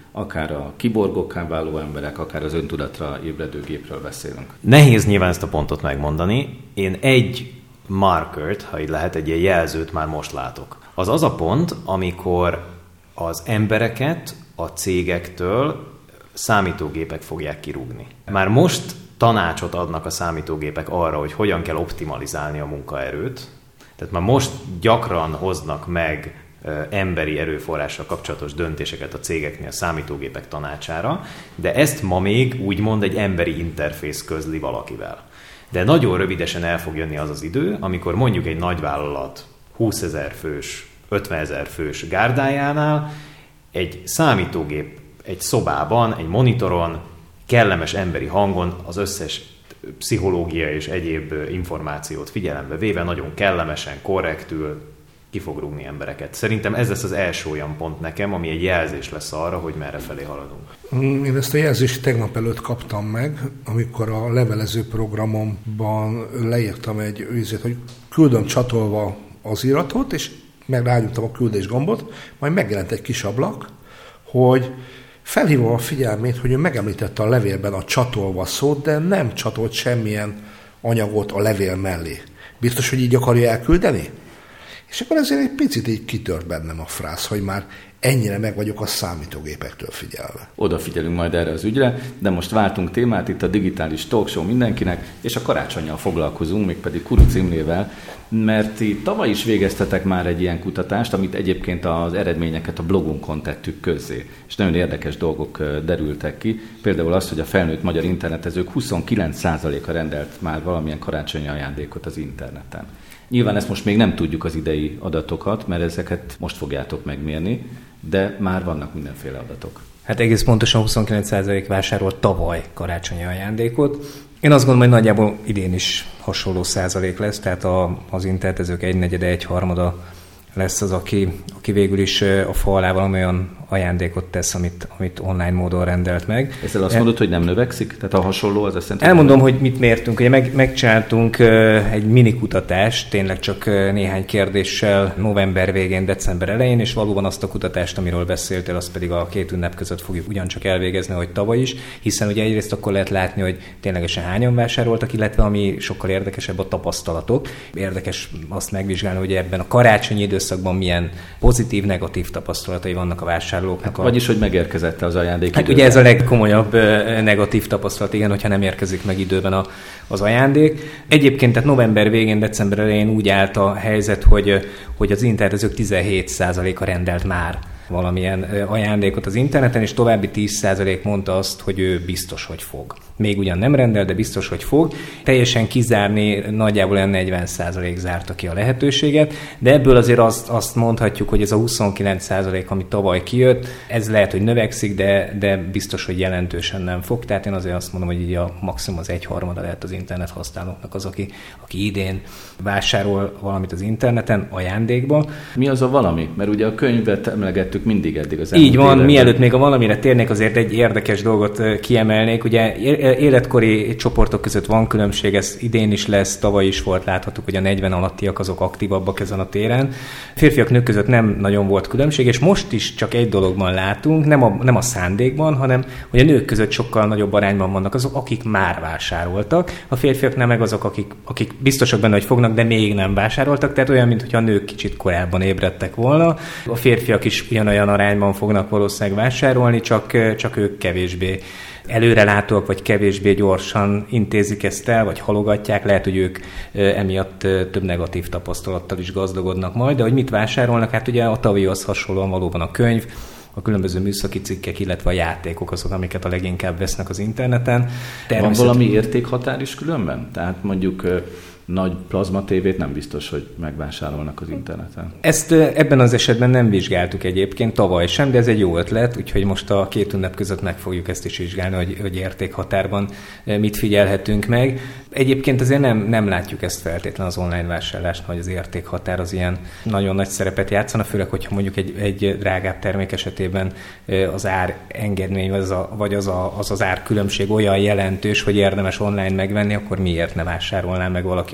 akár a kiborgokká váló emberek, akár az öntudatra ébredő gépről beszélünk. Nehéz nyilván ezt a pontot megmondani. Én egy markert, ha így lehet, egy ilyen jelzőt már most látok. Az az a pont, amikor az embereket a cégektől számítógépek fogják kirúgni. Már most tanácsot adnak a számítógépek arra, hogy hogyan kell optimalizálni a munkaerőt. Tehát már most gyakran hoznak meg emberi erőforrással kapcsolatos döntéseket a cégeknél a számítógépek tanácsára, de ezt ma még úgymond egy emberi interfész közli valakivel. De nagyon rövidesen el fog jönni az az idő, amikor mondjuk egy nagyvállalat húszezer fős, ötvenezer fős gárdájánál egy számítógép egy szobában, egy monitoron, kellemes emberi hangon az összes pszichológia és egyéb információt figyelembe véve nagyon kellemesen, korrektül ki fog rúgni embereket. Szerintem ez lesz az első olyan pont nekem, ami egy jelzés lesz arra, hogy merre felé haladunk. Én ezt a jelzést tegnap előtt kaptam meg, amikor a levelező programomban leírtam egy őzét, hogy küldöm csatolva az iratot, és meg rányomtam a küldés gombot, majd megjelent egy kis ablak, hogy felhívom a figyelmét, hogy ő megemlítette a levélben a csatolva szót, de nem csatolt semmilyen anyagot a levél mellé. Biztos, hogy így akarja elküldeni? És akkor ezért egy picit így kitört bennem a frász, hogy már ennyire meg vagyok a számítógépektől figyelve. Odafigyelünk majd erre az ügyre, de most váltunk témát, itt a digitális talkshow mindenkinek, és a karácsonnyal foglalkozunk, mégpedig Kuruc Imrével, mert ti tavaly is végeztetek már egy ilyen kutatást, amit egyébként az eredményeket a blogunkon tettük közzé, és nagyon érdekes dolgok derültek ki, például az, hogy a felnőtt magyar internetezők huszonkilenc százaléka rendelt már valamilyen karácsonyi ajándékot az interneten. Nyilván ezt most még nem tudjuk az idei adatokat, mert ezeket most fogjátok megmérni, de már vannak mindenféle adatok. Hát egész pontosan huszonkilenc százalék vásárolt tavaly karácsonyi ajándékot. Én azt gondolom, hogy nagyjából idén is hasonló százalék lesz, tehát a, az internetezők egynegyede, egyharmada lesz az, aki, aki végül is a fa alá valami ajándékot tesz, amit, amit online módon rendelt meg. Ezzel azt mondod, hogy nem növekszik? Tehát a hasonló az azt jelenti, elmondom, hogy mit mértünk. Ugye meg, megcsináltunk egy mini kutatást, tényleg csak néhány kérdéssel november végén, december elején, és valóban azt a kutatást, amiről beszéltél, azt pedig a két ünnep között fogjuk ugyancsak elvégezni, hogy tavaly is, hiszen ugye egyrészt akkor lehet látni, hogy ténylegesen hányan vásároltak, illetve ami sokkal érdekesebb, a tapasztalatok. Érdekes azt megvizsgálni, hogy ebben a karácsonyi időszakban milyen pozitív, negatív tapasztalatai vannak a vásárlóknak. Hát, vagyis, hogy megérkezett az ajándék. Hát ugye ez a legkomolyabb negatív tapasztalat, igen, hogyha nem érkezik meg időben a, az ajándék. Egyébként tehát november végén, december elején úgy állt a helyzet, hogy, hogy az internetezők tizenhét százaléka rendelt már valamilyen ajándékot az interneten, és további tíz százalék mondta azt, hogy ő biztos, hogy fog. Még ugyan nem rendel, de biztos, hogy fog. Teljesen kizárni nagyjából olyan negyven százalék zárta ki a lehetőséget, de ebből azért azt, azt mondhatjuk, hogy ez a huszonkilenc százalék, ami tavaly kijött, ez lehet, hogy növekszik, de, de biztos, hogy jelentősen nem fog. Tehát én azért azt mondom, hogy így a maximum az egyharmada lehet az internet használóknak az, aki, aki idén vásárol valamit az interneten ajándékba. Mi az a valami? Mert ugye a könyvet emlegettük mindig eddig az így van, években. Mielőtt még a valamire térnék, azért egy érdekes dolgot kiemelnék. Ugye életkori csoportok között van különbség, ez idén is lesz, tavaly is volt, láthatjuk, hogy a negyven alattiak azok aktívabbak ezen a téren. Férfiak, nők között nem nagyon volt különbség, és most is csak egy dologban látunk, nem a, nem a szándékban, hanem hogy a nők között sokkal nagyobb arányban vannak azok, akik már vásároltak. A férfiaknál meg azok, akik, akik biztosak benne, hogy fognak, de még nem vásároltak, tehát olyan, mintha a nők kicsit korábban ébredtek volna. A férfiak is ugyanolyan arányban fognak valószínűleg vásárolni, csak, csak ők kevésbé előrelátóak, vagy kevésbé gyorsan intézik ezt el, vagy halogatják, lehet, hogy ők emiatt több negatív tapasztalattal is gazdagodnak majd, de hogy mit vásárolnak, hát ugye a tavalyihoz hasonlóan valóban a könyv, a különböző műszaki cikkek, illetve a játékok azok, amiket a leginkább vesznek az interneten. Van valami értékhatár is különben? Tehát mondjuk nagy plazma tévét nem biztos, hogy megvásárolnak az interneten. Ezt ebben az esetben nem vizsgáltuk egyébként, tavaly sem, de ez egy jó ötlet, úgyhogy most a két ünnep között meg fogjuk ezt is vizsgálni, hogy, hogy értékhatárban mit figyelhetünk meg. Egyébként azért nem, nem látjuk ezt feltétlen az online vásárlásnál, hogy az értékhatár az ilyen nagyon nagy szerepet játszana, főleg, hogyha mondjuk egy, egy drágább termék esetében az ár engedmény, vagy az a, vagy az, a, az az ár különbség olyan jelentős, hogy érdemes online megvenni, akkor miért ne vásárolná meg valaki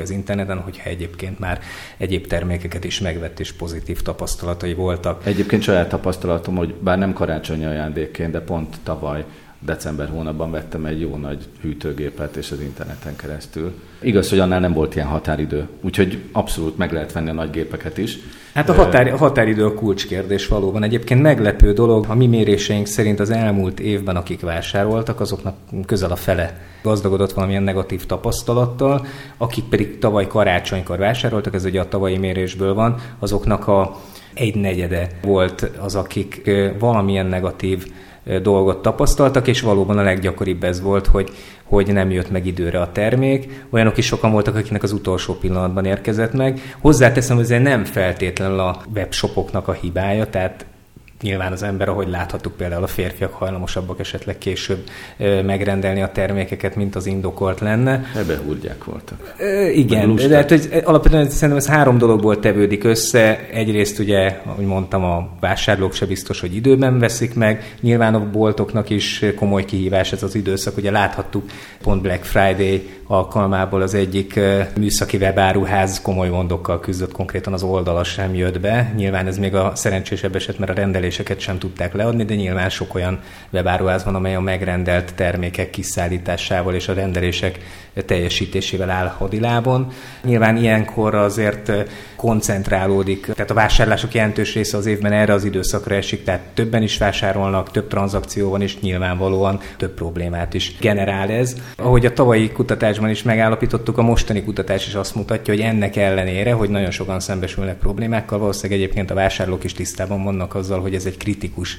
az interneten, hogyha egyébként már egyéb termékeket is megvett és pozitív tapasztalatai voltak. Egyébként saját tapasztalatom, hogy bár nem karácsonyi ajándékként, de pont tavaly december hónapban vettem egy jó nagy hűtőgépet, és az interneten keresztül. Igaz, hogy annál nem volt ilyen határidő, úgyhogy abszolút meg lehet venni a nagy gépeket is. Hát a, határ, a határidő a kulcskérdés valóban. Egyébként meglepő dolog, a mi méréseink szerint az elmúlt évben, akik vásároltak, azoknak közel a fele gazdagodott valamilyen negatív tapasztalattal, akik pedig tavaly karácsonykor vásároltak, ez ugye a tavalyi mérésből van, azoknak a egy negyede volt az, akik valamilyen negatív dolgot tapasztaltak, és valóban a leggyakoribb ez volt, hogy, hogy nem jött meg időre a termék. Olyanok is sokan voltak, akiknek az utolsó pillanatban érkezett meg. Hozzáteszem, hogy ez nem feltétlenül a webshopoknak a hibája, tehát nyilván az ember, ahogy láthattuk, például a férfiak hajlamosabbak esetleg később ö, megrendelni a termékeket, mint az indokolt lenne. Ebbe hurgyák voltak. Ö, igen, de hát, hogy alapvetően szerintem ez három dologból tevődik össze. Egyrészt ugye, ahogy mondtam, a vásárlók se biztos, hogy időben veszik meg. Nyilván a boltoknak is komoly kihívás ez az időszak. Ugye láthattuk pont Black Friday alkalmából az egyik műszaki webáruház komoly gondokkal küzdött, konkrétan az oldala sem jött be. Nyilván ez még a szerencsésebb eset, mert a rendeléseket sem tudták leadni, de nyilván sok olyan webáruház van, amely a megrendelt termékek kiszállításával és a rendelések teljesítésével áll hadilábon. Nyilván ilyenkor azért koncentrálódik, tehát a vásárlások jelentős része az évben erre az időszakra esik, tehát többen is vásárolnak, több tranzakció van, és nyilvánvalóan több problémát is generál ez. Ahogy a tavalyi kutatásban is megállapítottuk, a mostani kutatás is azt mutatja, hogy ennek ellenére, hogy nagyon sokan szembesülnek problémákkal, valószínűleg egyébként a vásárlók is tisztában vannak azzal, hogy ez egy kritikus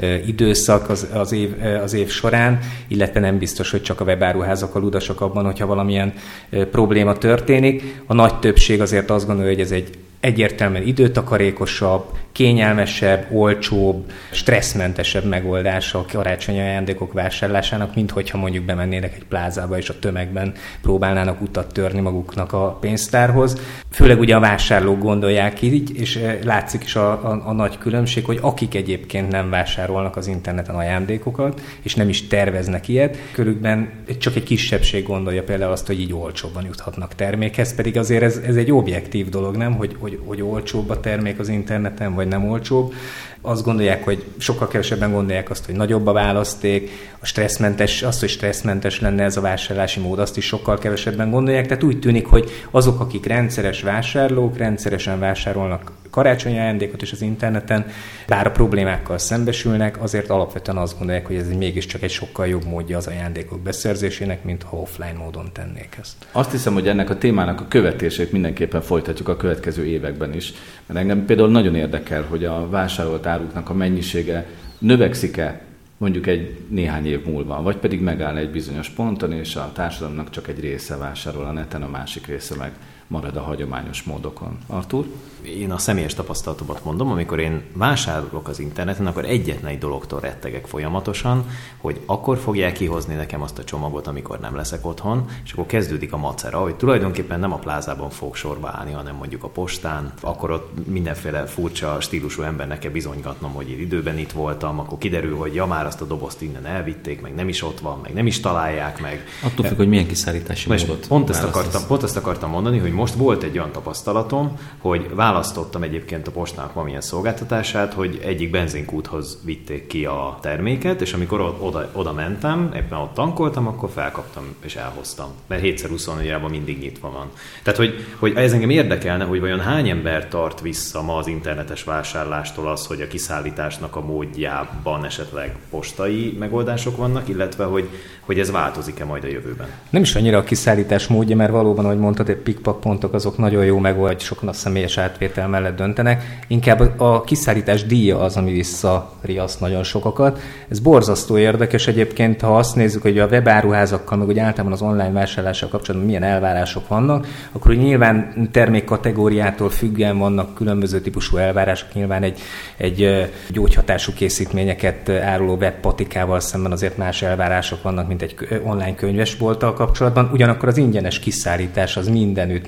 időszak az, az, év, az év során, illetve nem biztos, hogy csak a webáruházak a ludasak abban, hogyha valamilyen probléma történik. A nagy többség azért azt gondolja, hogy ez egy egyértelműen időtakarékosabb, kényelmesebb, olcsóbb, stresszmentesebb megoldása a karácsonyi ajándékok vásárlásának, mint hogyha mondjuk bemennének egy plázába és a tömegben próbálnának utat törni maguknak a pénztárhoz. Főleg ugye a vásárlók gondolják így, és látszik is a, a, a nagy különbség, hogy akik egyébként nem vásárolnak az interneten ajándékokat, és nem is terveznek ilyet, körükben csak egy kisebbség gondolja például azt, hogy így olcsóbban juthatnak termékhez, pedig azért ez, ez egy objektív dolog, nem? Hogy, hogy, hogy olcsóbb a termék az interneten, vagy nem olcsóbb. Azt gondolják, hogy sokkal kevesebben gondolják azt, hogy nagyobb a választék, a stresszmentes, azt, hogy stresszmentes lenne ez a vásárlási mód, azt is sokkal kevesebben gondolják. Tehát úgy tűnik, hogy azok, akik rendszeres vásárlók, rendszeresen vásárolnak karácsonyi ajándékot is az interneten, bár a problémákkal szembesülnek, azért alapvetően azt gondolják, hogy ez mégiscsak egy sokkal jobb módja az ajándékok beszerzésének, mint ha offline módon tennék ezt. Azt hiszem, hogy ennek a témának a követését mindenképpen folytatjuk a következő években is. Mert engem például nagyon érdekel, hogy a vásárolt áruknak a mennyisége növekszik-e mondjuk egy néhány év múlva, vagy pedig megáll egy bizonyos ponton, és a társadalomnak csak egy része vásárol a neten, a másik része meg marad a hagyományos módokon. Artúr? Én a személyes tapasztalatomat mondom, amikor én vásárolok az interneten, akkor egyetlen egy dologtól rettegek folyamatosan, hogy akkor fogják kihozni nekem azt a csomagot, amikor nem leszek otthon, és akkor kezdődik a macera, hogy tulajdonképpen nem a plázában fog sorba állni, hanem mondjuk a postán, akkor ott mindenféle furcsa stílusú embernek kell bizonygatnom, hogy én időben itt voltam, akkor kiderül, hogy ja, már azt a dobozt innen elvitték, meg nem is ott van, meg nem is találják meg. Attól függ, hogy milyen kiszállítási módot pont ezt, akartam, pont ezt akartam mondani, hogy most volt egy olyan tapasztalatom, hogy választottam egyébként a postának valamilyen szolgáltatását, hogy egyik benzinkúthoz vitték ki a terméket, és amikor oda, oda mentem, éppen ott tankoltam, akkor felkaptam és elhoztam. Mert hétszer huszonnégyában mindig nyitva van. Tehát, hogy, hogy ez engem érdekelne, hogy vajon hány ember tart vissza ma az internetes vásárlástól az, hogy a kiszállításnak a módjában esetleg postai megoldások vannak, illetve hogy, hogy ez változik-e majd a jövőben. Nem is annyira a kiszállítás módja, mert valóban, ahogy mondtad, egy pikpak pontok azok nagyon jó megoldás, sokan a személyes átvétel mellett döntenek. Inkább a kiszállítás díja az, ami visszariaszt nagyon sokakat. Ez borzasztó érdekes egyébként, ha azt nézzük, hogy a webáruházakkal, meg hogy általában az online vásárlással kapcsolatban milyen elvárások vannak, akkor nyilván termékkategóriától függően vannak különböző típusú elvárások. Nyilván egy, egy gyógyhatású készítményeket áruló webpatikával szemben azért más elvárások vannak, mint egy online könyvesbolttal kapcsolatban. Ugyanakkor az ingyenes kiszállítás az mindenütt,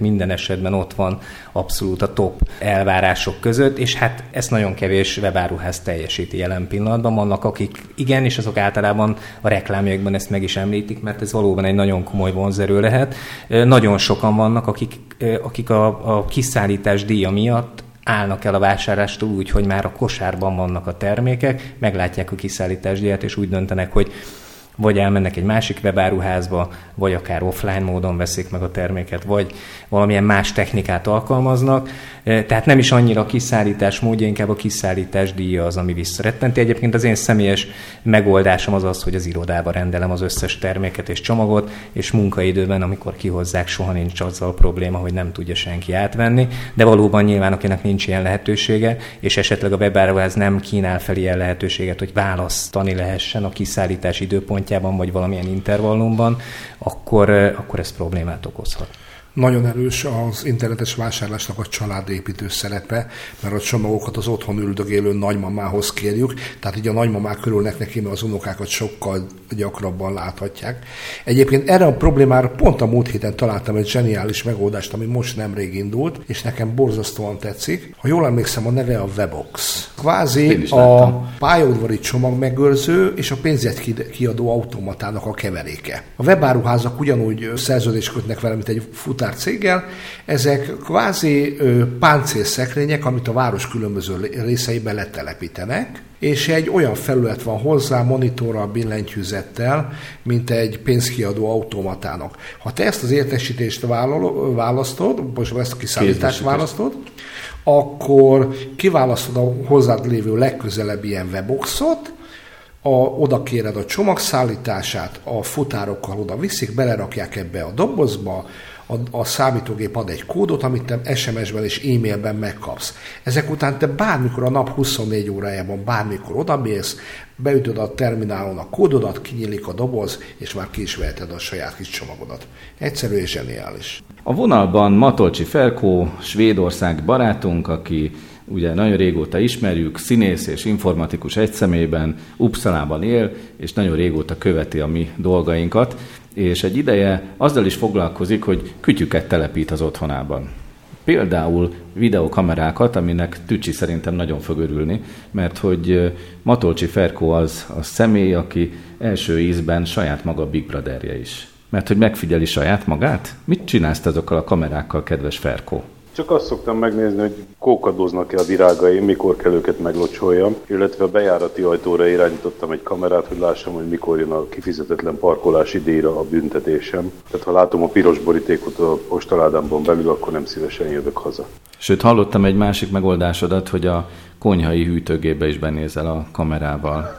minden esetben ott van abszolút a top elvárások között, és hát ezt nagyon kevés webáruház teljesíti jelen pillanatban. Vannak, akik igen, és azok általában a reklámjaikban ezt meg is említik, mert ez valóban egy nagyon komoly vonzerő lehet. Nagyon sokan vannak, akik, akik a, a kiszállítás díja miatt állnak el a vásárlástól úgy, hogy már a kosárban vannak a termékek, meglátják a kiszállítás díjat, és úgy döntenek, hogy vagy elmennek egy másik webáruházba, vagy akár offline módon veszik meg a terméket, vagy valamilyen más technikát alkalmaznak. Tehát nem is annyira a kiszállítás módja, inkább a kiszállítás díja az, ami visszarettenti. Egyébként az én személyes megoldásom az az, hogy az irodába rendelem az összes terméket és csomagot, és munkaidőben, amikor kihozzák, soha nincs azzal a probléma, hogy nem tudja senki átvenni. De valóban nyilván, akinek nincs ilyen lehetősége, és esetleg a webáruház nem kínál fel ilyen lehetőséget, hogy választani lehessen a kiszállítás időpontjában, vagy valamilyen intervallumban, akkor, akkor ez problémát okozhat. Nagyon erős az internetes vásárlásnak a családépítő szerepe, mert a csomagokat az otthon üldögélő nagymamához kérjük, tehát így a nagymamák örülnek neki, mert az unokákat sokkal gyakrabban láthatják. Egyébként erre a problémára pont a múlt héten találtam egy zseniális megoldást, ami most nemrég indult, és nekem borzasztóan tetszik. Ha jól emlékszem, a neve a Webox. Kvázi a pályaudvari csomagmegőrző és a pénzjegykiadó automatának a keveréke. A webáruházak ugyanúgy szerződést kötnek vele, mint egy futárcéggel. Ezek kvázi páncélszekrények, amit a város különböző részeiben letelepítenek, és egy olyan felület van hozzá monitorral, billentyűzettel, mint egy pénzkiadó automatának. Ha te ezt az értesítést választod, most ezt a kiszállítást választod, akkor kiválasztod a hozzád lévő legközelebbi ilyen weboxot, a, oda kéred a csomagszállítását, a futárokkal oda viszik, belerakják ebbe a dobozba, A, a számítógép ad egy kódot, amit te es em es-ben és e-mailben megkapsz. Ezek után te bármikor a nap huszonnégy órájában, bármikor odamész, beütöd a terminálon a kódodat, kinyílik a doboz, és már ki is veheted a saját kis csomagodat. Egyszerű és zseniális. A vonalban Matolcsy Ferkó, svédországi barátunk, aki ugye nagyon régóta ismerjük, színész és informatikus egy személyben, Uppsalában él, és nagyon régóta követi a mi dolgainkat, és egy ideje azzal is foglalkozik, hogy kütyüket telepít az otthonában. Például videókamerákat, aminek Tücsi szerintem nagyon fog örülni, mert hogy Matolcsy Ferkó az a személy, aki első ízben saját maga Big Brotherje is. Mert hogy megfigyeli saját magát? Mit csinálsz azokkal a kamerákkal, kedves Ferkó? Csak azt szoktam megnézni, hogy kókadoznak-e a virágaim, mikor kell őket meglocsoljam, illetve a bejárati ajtóra irányítottam egy kamerát, hogy lássam, hogy mikor jön a kifizetetlen parkolási díjra a büntetésem. Tehát ha látom a piros borítékot a postaládámban belül, akkor nem szívesen jövök haza. Sőt, hallottam egy másik megoldásodat, hogy a konyhai hűtőgépbe is benézel a kamerával.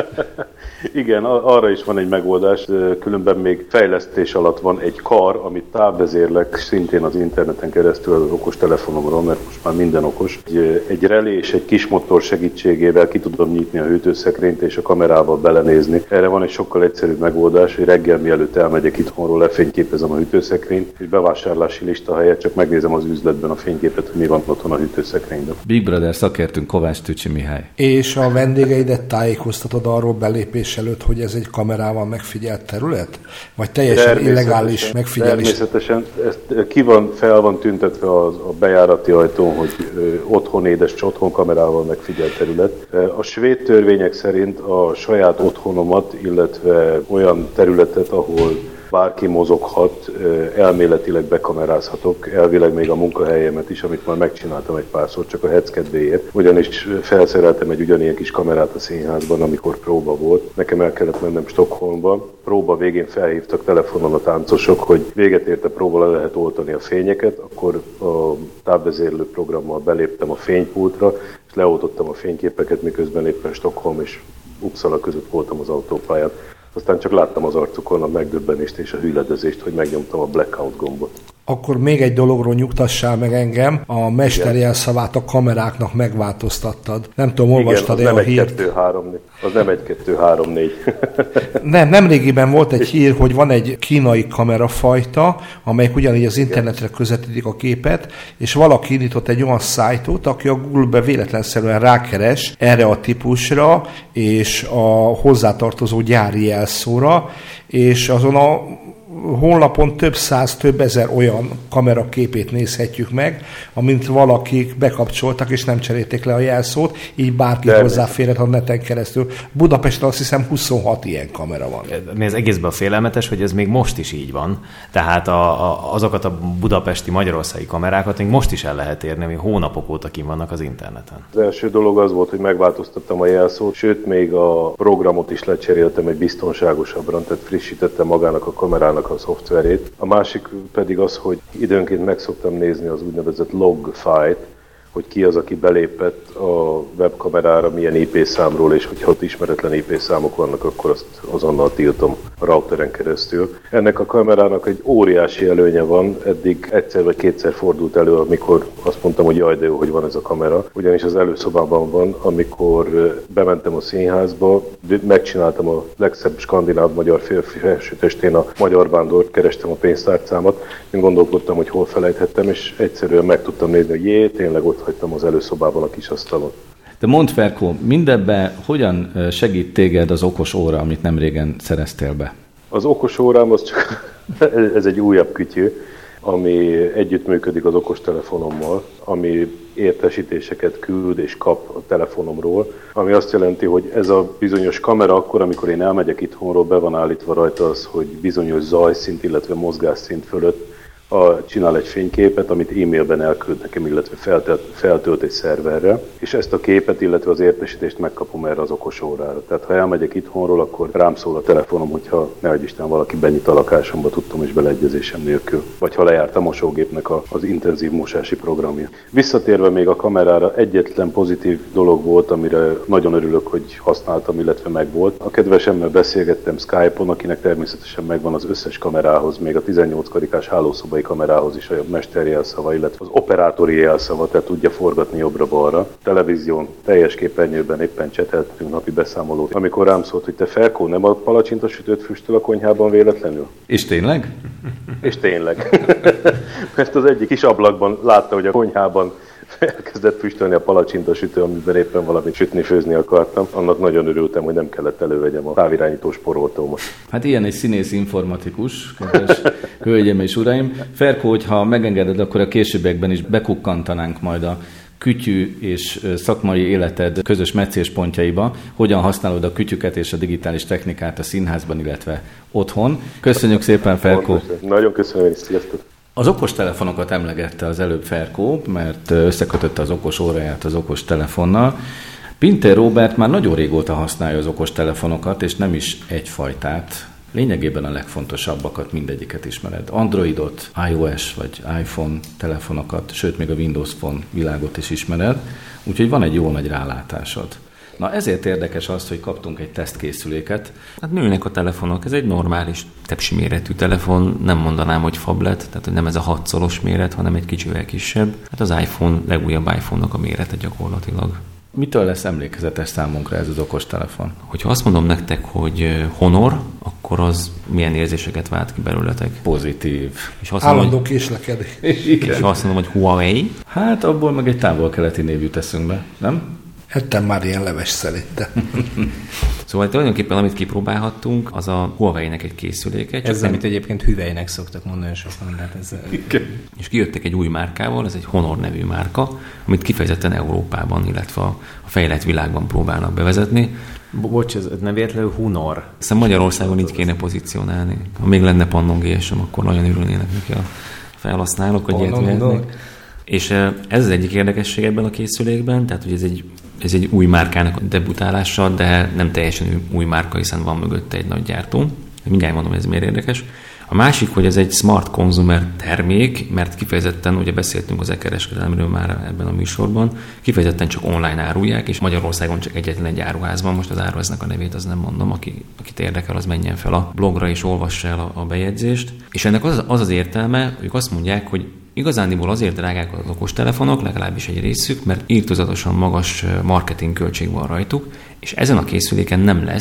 Igen, arra is van egy megoldás, különben még fejlesztés alatt van egy kar, amit távvezérlek szintén az interneten keresztül az okostelefonomról, mert most már minden okos. Egy, egy relé és egy kis motor segítségével ki tudom nyitni a hűtőszekrényt és a kamerával belenézni. Erre van egy sokkal egyszerűbb megoldás, hogy reggel mielőtt elmegyek itthonról, lefényképezem a hűtőszekrényt, és bevásárlási lista helyett csak megnézem az üzletben a fényképet, hogy mi van otthon a hűtőszekrényben. Big Brother szakértünk Kovács Tücsi Mihály. És a vendégeidet tájékoztatod arról belépés előtt, hogy ez egy kamerával megfigyelt terület? Vagy teljesen illegális megfigyelés? Természetesen ezt ki van, fel van tüntetve az, a bejárati ajtón, hogy ö, otthon édes, otthon kamerával megfigyelt terület. A svéd törvények szerint a saját otthonomat, illetve olyan területet, ahol bárki mozoghat, elméletileg bekamerázhatok, elvileg még a munkahelyemet is, amit már megcsináltam egy párszor, csak a hec kedvéért. Ugyanis felszereltem egy ugyanilyen kis kamerát a színházban, amikor próba volt. Nekem el kellett mennem Stockholmba. Próba végén felhívtak telefonon a táncosok, hogy véget ért a próba, le lehet oltani a fényeket, akkor a távvezérlő programmal beléptem a fénypultra, és leoltottam a fényképeket, miközben éppen Stockholm és Uppsala között voltam az autópályán. Aztán csak láttam az arcukon a megdöbbenést és a hűledezést, hogy megnyomtam a blackout gombot. Akkor még egy dologról nyugtassál meg engem, a mesterjelszavát a kameráknak megváltoztattad. Nem tudom, olvastad-e a hírt? Az nem egy kettő három négy. Nem, nemrégiben volt egy hír, hogy van egy kínai kamerafajta, amelyik ugyanígy az internetre közvetítik a képet, és valaki indított egy olyan szájtot, aki a Google-be véletlenszerűen rákeres erre a típusra, és a hozzátartozó gyári jelszóra, és azon a honlapon több száz, több ezer olyan kamera képét nézhetjük meg, amint valakik bekapcsoltak és nem cserélték le a jelszót, így bárki hozzáférhet a neten keresztül. Budapesten azt hiszem huszonhat ilyen kamera van. Mi az egészben a félelmetes, hogy ez még most is így van. Tehát a, a, azokat a budapesti, magyarországi kamerákat még most is el lehet érni, ami hónapok óta kint vannak az interneten. Az első dolog az volt, hogy megváltoztattam a jelszót, sőt még a programot is lecseréltem egy biztonságosabbra, tehát frissítettem magának a kamerának a szoftverét. A másik pedig az, hogy időnként meg szoktam nézni az úgynevezett log file-t, hogy ki az, aki belépett a webkamerára, milyen I P számról, és hogyha ott ismeretlen I P számok vannak, akkor azt azonnal tiltom a routeren keresztül. Ennek a kamerának egy óriási előnye van, eddig egyszer vagy kétszer fordult elő, amikor azt mondtam, hogy jaj, de jó, hogy van ez a kamera, ugyanis az előszobában van, amikor bementem a színházba, megcsináltam a legszebb skandináv magyar férfi felsőtestén a magyar vándort, kerestem a pénztárcámat, én gondolkodtam, hogy hol felejthettem, és egyszerűen meg tudtam nézni, hogy jé, tényleg ott hagytam az előszobában a kis asztalon. De mondd, Ferkó, mindebben hogyan segít téged az okos óra, amit nem régen szereztél be? Az okos órám az csak, ez egy újabb kütyű, ami együttműködik az okostelefonommal, ami értesítéseket küld és kap a telefonomról, ami azt jelenti, hogy ez a bizonyos kamera akkor, amikor én elmegyek itthonról, be van állítva rajta az, hogy bizonyos zajszint, illetve mozgásszint fölött a, csinál egy fényképet, amit e-mailben elküld nekem, illetve feltölt, feltölt egy szerverre, és ezt a képet, illetve az értesítést megkapom erre az okos órára. Tehát ha elmegyek itthonról, akkor rám szól a telefonom, hogyha nehogy Isten valaki benyit a lakásomba, tudtam és beleegyezésem nélkül. Vagy ha lejárt a mosógépnek a, az intenzív mosási programja. Visszatérve még a kamerára, egyetlen pozitív dolog volt, amire nagyon örülök, hogy használtam, illetve megvolt. A kedvesemmel beszélgettem Skype-on, akinek természetesen megvan az összes kamerához, még a tizennyolc karikás hálószobai kamerához is a mesteri jelszava, illetve az operátori jelszava, tehát tudja forgatni jobbra-balra. Televízión, teljes képernyőben éppen cseteltünk napi beszámolót. Amikor rám szólt, hogy te Ferkó, nem a palacsintasütőt füstöl a konyhában véletlenül? És tényleg? És tényleg. Mert az egyik kis ablakban látta, hogy a konyhában elkezdett füstölni a palacsintasütő, amiben éppen valamit sütni, főzni akartam. Annak nagyon örültem, hogy nem kellett elővegyem a távirányítós poroltómat. Hát ilyen egy színész informatikus, kedves hölgyeim és uraim. Ferkó, hogyha megengeded, akkor a későbbiekben is bekukkantanánk majd a kütyű és szakmai életed közös meccéspontjaiba, hogyan használod a kütyüket és a digitális technikát a színházban, illetve otthon. Köszönjük szépen, Ferkó! Nagyon köszönöm, és sziasztok! Az okostelefonokat emlegette az előbb Ferkó, mert összekötötte az okos óráját az okos telefonnal. Pintér Róbert már nagyon régóta használja az okos telefonokat, és nem is egyfajtát. Lényegében a legfontosabbakat, mindegyiket ismered. Androidot, iOS vagy iPhone telefonokat, sőt még a Windows Phone világot is ismered, úgyhogy van egy jó nagy rálátásod. Na ezért érdekes az, hogy kaptunk egy tesztkészüléket. Hát nőnek a telefonok, ez egy normális tepsi méretű telefon, nem mondanám, hogy phablet, tehát hogy nem ez a hatszoros méret, hanem egy kicsivel kisebb. Hát az iPhone, legújabb iPhone-nak a mérete gyakorlatilag. Mitől lesz emlékezetes számunkra ez az okostelefon? Hogyha azt mondom nektek, hogy Honor, akkor az milyen érzéseket vált ki belőletek? Pozitív. És állandó késlekedik. És ha azt mondom, hogy Huawei? Hát abból meg egy távol-keleti név jut eszünkbe, nem? Ettem már ilyen leves szerintem. Szóval tulajdonképpen amit kipróbálhattunk, az a Huawei-nek egy készüléke. Ez nem... amit egyébként hüvelynek szoktak mondani sokan. Hát ez... És kijöttek egy új márkával, ez egy Honor nevű márka, amit kifejezetten Európában, illetve a fejlett világban próbálnak bevezetni. Bocs, ez nem véletlenül Honor. Aztán Magyarországon így kéne pozícionálni. Ha még lenne Pannon gé es em, akkor nagyon örülnének neki a felhasználók, hogy ilyet vehetnék. És ez az egyik érdekesség ebben a készülékben, tehát hogy ez egy, ez egy új márkának a debutálása, de nem teljesen új márka, hiszen van mögötte egy nagy gyártó. Mindjárt mondom, ez miért érdekes. A másik, hogy ez egy smart consumer termék, mert kifejezetten, ugye beszéltünk az e-kereskedelemről már ebben a műsorban, kifejezetten csak online árulják, és Magyarországon csak egyetlen egy áruház van, most az áruháznak a nevét az nem mondom, aki, akit érdekel, az menjen fel a blogra és olvassa el a, a bejegyzést. És ennek az az, az értelme, hogy azt mondják, hogy igazániból azért drágák az okostelefonok, legalábbis egy részük, mert írtózatosan magas marketing költség van rajtuk, és ezen a készüléken nem lesz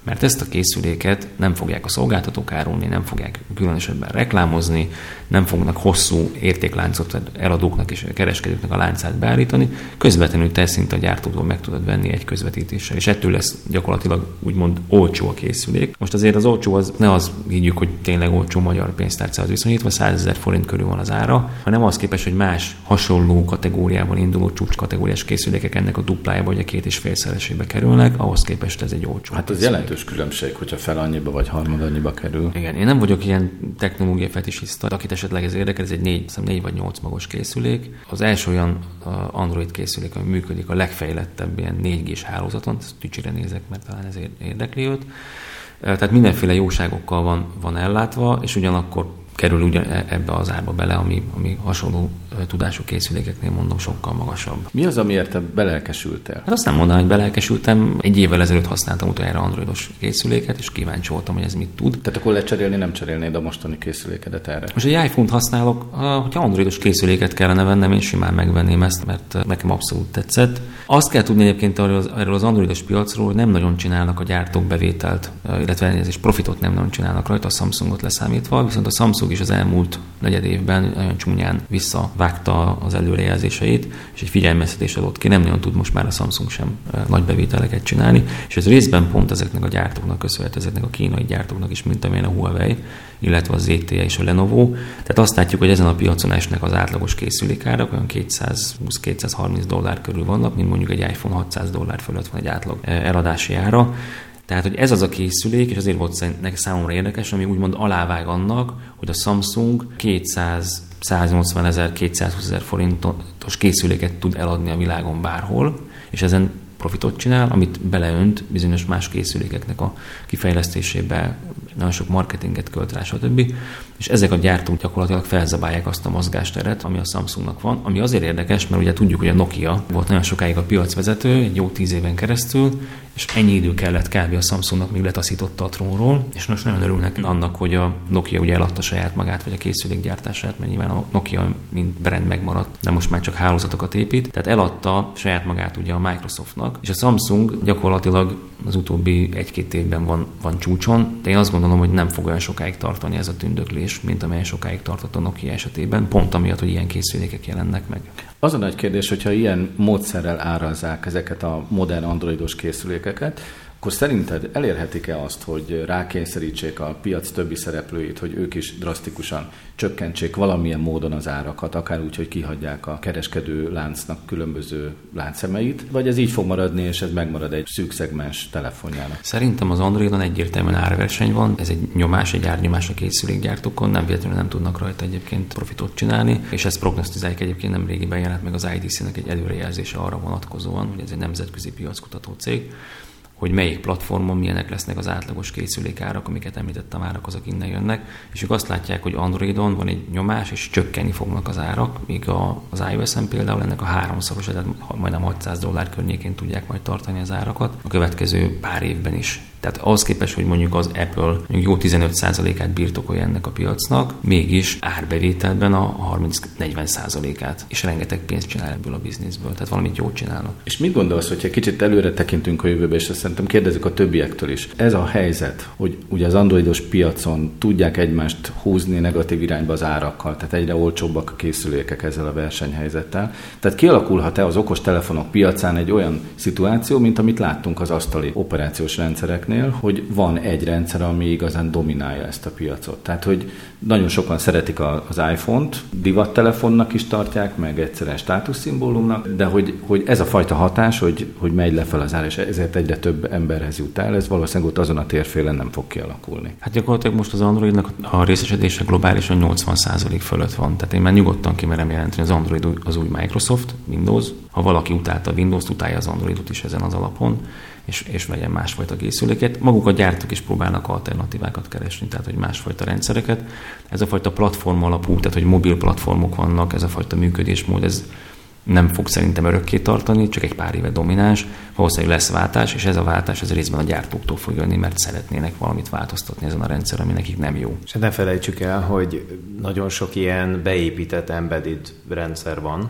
mert ezt a készüléket nem fogják a szolgáltatók árulni, nem fogják különösebben reklámozni, nem fognak hosszú értékláncot eladóknak és kereskedőknek a láncát beállítani, közvetlenül te szinte a gyártótól meg tudod venni egy közvetítéssel, és ettől lesz gyakorlatilag úgymond olcsó a készülék. Most azért az olcsó az ne az higgyük, hogy tényleg olcsó magyar pénztárcához viszonyítva, százezer forint körül van az ára, hanem az képest, hogy más hasonló kategóriában induló csúcs kategóriás készülékek ennek a duplájába, vagy a két és félszeresébe kerülnek, ahhoz képest ez egy olcsó. Hát az jelentős különbség, hogyha fel annyiba vagy harmad annyiba kerül. Igen, én nem vagyok ilyen technológia fetisista, akit esetleg ez érdekel, ez egy négy, négy vagy nyolc magos készülék. Az első olyan Android készülék, ami működik a legfejlettebb ilyen négy gés hálózaton, ezt tücsire nézek, mert talán ez érdekli őt. Tehát mindenféle jóságokkal van, van ellátva, és ugyanakkor kerül ugyan ebbe az árba bele, ami, ami hasonló tudású készülékeknél mondom sokkal magasabb. Mi az, amiért te belelkesültél? Hát azt nem mondanám, hogy belelkesültem. Egy évvel ezelőtt használtam utoljára androidos készüléket, és kíváncsi voltam, hogy ez mit tud. Tehát akkor lecserélni nem cserélnéd a mostani készülékedet erre? Most egy iPhone-t használok, hogyha androidos készüléket kellene vennem, én simán megvenném ezt, mert nekem abszolút tetszett. Azt kell tudni egyébként erről az androidos piacról, hogy nem nagyon csinálnak a gyártók bevételt, illetve elnézést, profitot nem nagyon csinálnak rajta, a Samsungot leszámítva, viszont a Samsung is az elmúlt negyed évben nagyon csúnyán visszavágta az előrejelzéseit, és egy figyelmeztetés adott ki, nem nagyon tud most már a Samsung sem nagy bevételeket csinálni, és ez részben pont ezeknek a gyártóknak köszönhető, ezeknek a kínai gyártóknak is, mint amilyen a Huawei, illetve a zé té e és a Lenovo. Tehát azt látjuk, hogy ezen a piacon esnek az átlagos készülékárak, olyan kétszázhúsz-kétszázharminc dollár körül vannak, mint mondjuk egy iPhone hatszáz dollár fölött van egy átlag eladási ára. Tehát, hogy ez az a készülék, és azért volt nekem számomra érdekes, ami úgymond alávág annak, hogy a Samsung kétszáz, száznyolcvan ezer, kétszázhúsz ezer forintos készüléket tud eladni a világon bárhol, és ezen profitot csinál, amit beleönt bizonyos más készülékeknek a kifejlesztésébe, nagyon sok marketinget költ rá, stb. És ezek a gyártók gyakorlatilag felzabálják azt a mozgásteret, ami a Samsungnak van, ami azért érdekes, mert ugye tudjuk, hogy a Nokia volt nagyon sokáig a piacvezető, egy jó tíz éven keresztül, és ennyi idő kellett kb. A Samsungnak, még letaszította a trónról, és most nagyon örülnek annak, hogy a Nokia ugye eladta saját magát, vagy a készülékgyártását, mert nyilván a Nokia mint brand megmaradt, de most már csak hálózatokat épít, tehát eladta saját magát ugye a Microsoftnak, és a Samsung gyakorlatilag az utóbbi egy-két évben van, van csúcson, de én azt gondolom, hogy nem fog olyan sokáig tartani ez a tündöklés, mint amely sokáig tartott a Nokia esetében, pont amiatt, hogy ilyen készülékek jelennek meg. Az a nagy kérdés, hogyha ilyen módszerrel árazzák ezeket a modern androidos készülékeket, akkor szerinted elérhetik-e azt, hogy rákényszerítsék a piac többi szereplőit, hogy ők is drasztikusan csökkentsék valamilyen módon az árakat, akár úgy, hogy kihagyják a kereskedő láncnak különböző láncszemeit, vagy ez így fog maradni, és ez megmarad egy szűk szegmens telefonjának? Szerintem az Androidon egyértelműen árverseny van, ez egy nyomás, egy árnyomás a készülékgyártókon, nem véletlenül nem tudnak rajta egyébként profitot csinálni, és ezt prognosztizálják egyébként, nem régiben jelent meg az i dé cé-nek egy előrejelzése arra vonatkozóan, hogy ez egy nemzetközi piackutató cég, hogy melyik platformon milyenek lesznek az átlagos készülékárak, amiket említettem, árak azok innen jönnek, és ők azt látják, hogy Androidon van egy nyomás, és csökkenni fognak az árak, míg a, az iOS-en például ennek a háromszoros, tehát majdnem hatszáz dollár környékén tudják majd tartani az árakat a következő pár évben is. Tehát ahhoz képest, hogy mondjuk az Apple mondjuk jó tizenöt százalékát birtokolja ennek a piacnak, mégis árbevételben a harminc-negyven százalékát, és rengeteg pénzt csinál ebből a bizniszből, tehát valamit jót csinálnak. És mit gondolsz, hogyha kicsit előre tekintünk a jövőbe, és ezt szerintem kérdezzük a többiektől is. Ez a helyzet, hogy ugye az androidos piacon tudják egymást húzni negatív irányba az árakkal, tehát egyre olcsóbbak a készülékek ezzel a versenyhelyzettel. Tehát kialakulhat-e az okos telefonok piacán egy olyan szituáció, mint amit láttunk az asztali operációs rendszerek, hogy van egy rendszer, ami igazán dominálja ezt a piacot. Tehát, hogy nagyon sokan szeretik az iPhone-t, divattelefonnak is tartják, meg egyszerűen státuszszimbólumnak, de hogy, hogy ez a fajta hatás, hogy, hogy megy lefelé az ár, és ezért egyre több emberhez jut el, ez valószínűleg ott azon a térfélen nem fog kialakulni. Hát gyakorlatilag most az Androidnak a részesedése globálisan nyolcvan százalék fölött van. Tehát én már nyugodtan kimerem jelenteni, az Android az új Microsoft, Windows. Ha valaki utálta a Windows-t, utálja az Androidot is ezen az alapon, és, és vegyen másfajta készüléket. Maguk a gyártók is próbálnak alternatívákat keresni, tehát hogy másfajta rendszereket. Ez a fajta platform alapú, tehát hogy mobil platformok vannak, ez a fajta működésmód, ez nem fog szerintem örökké tartani, csak egy pár éve domináns, valószínűleg lesz váltás, és ez a váltás ez részben a gyártóktól fog jönni, mert szeretnének valamit változtatni ezen a rendszer, ami nekik nem jó. És ne felejtsük el, hogy nagyon sok ilyen beépített embedded rendszer van,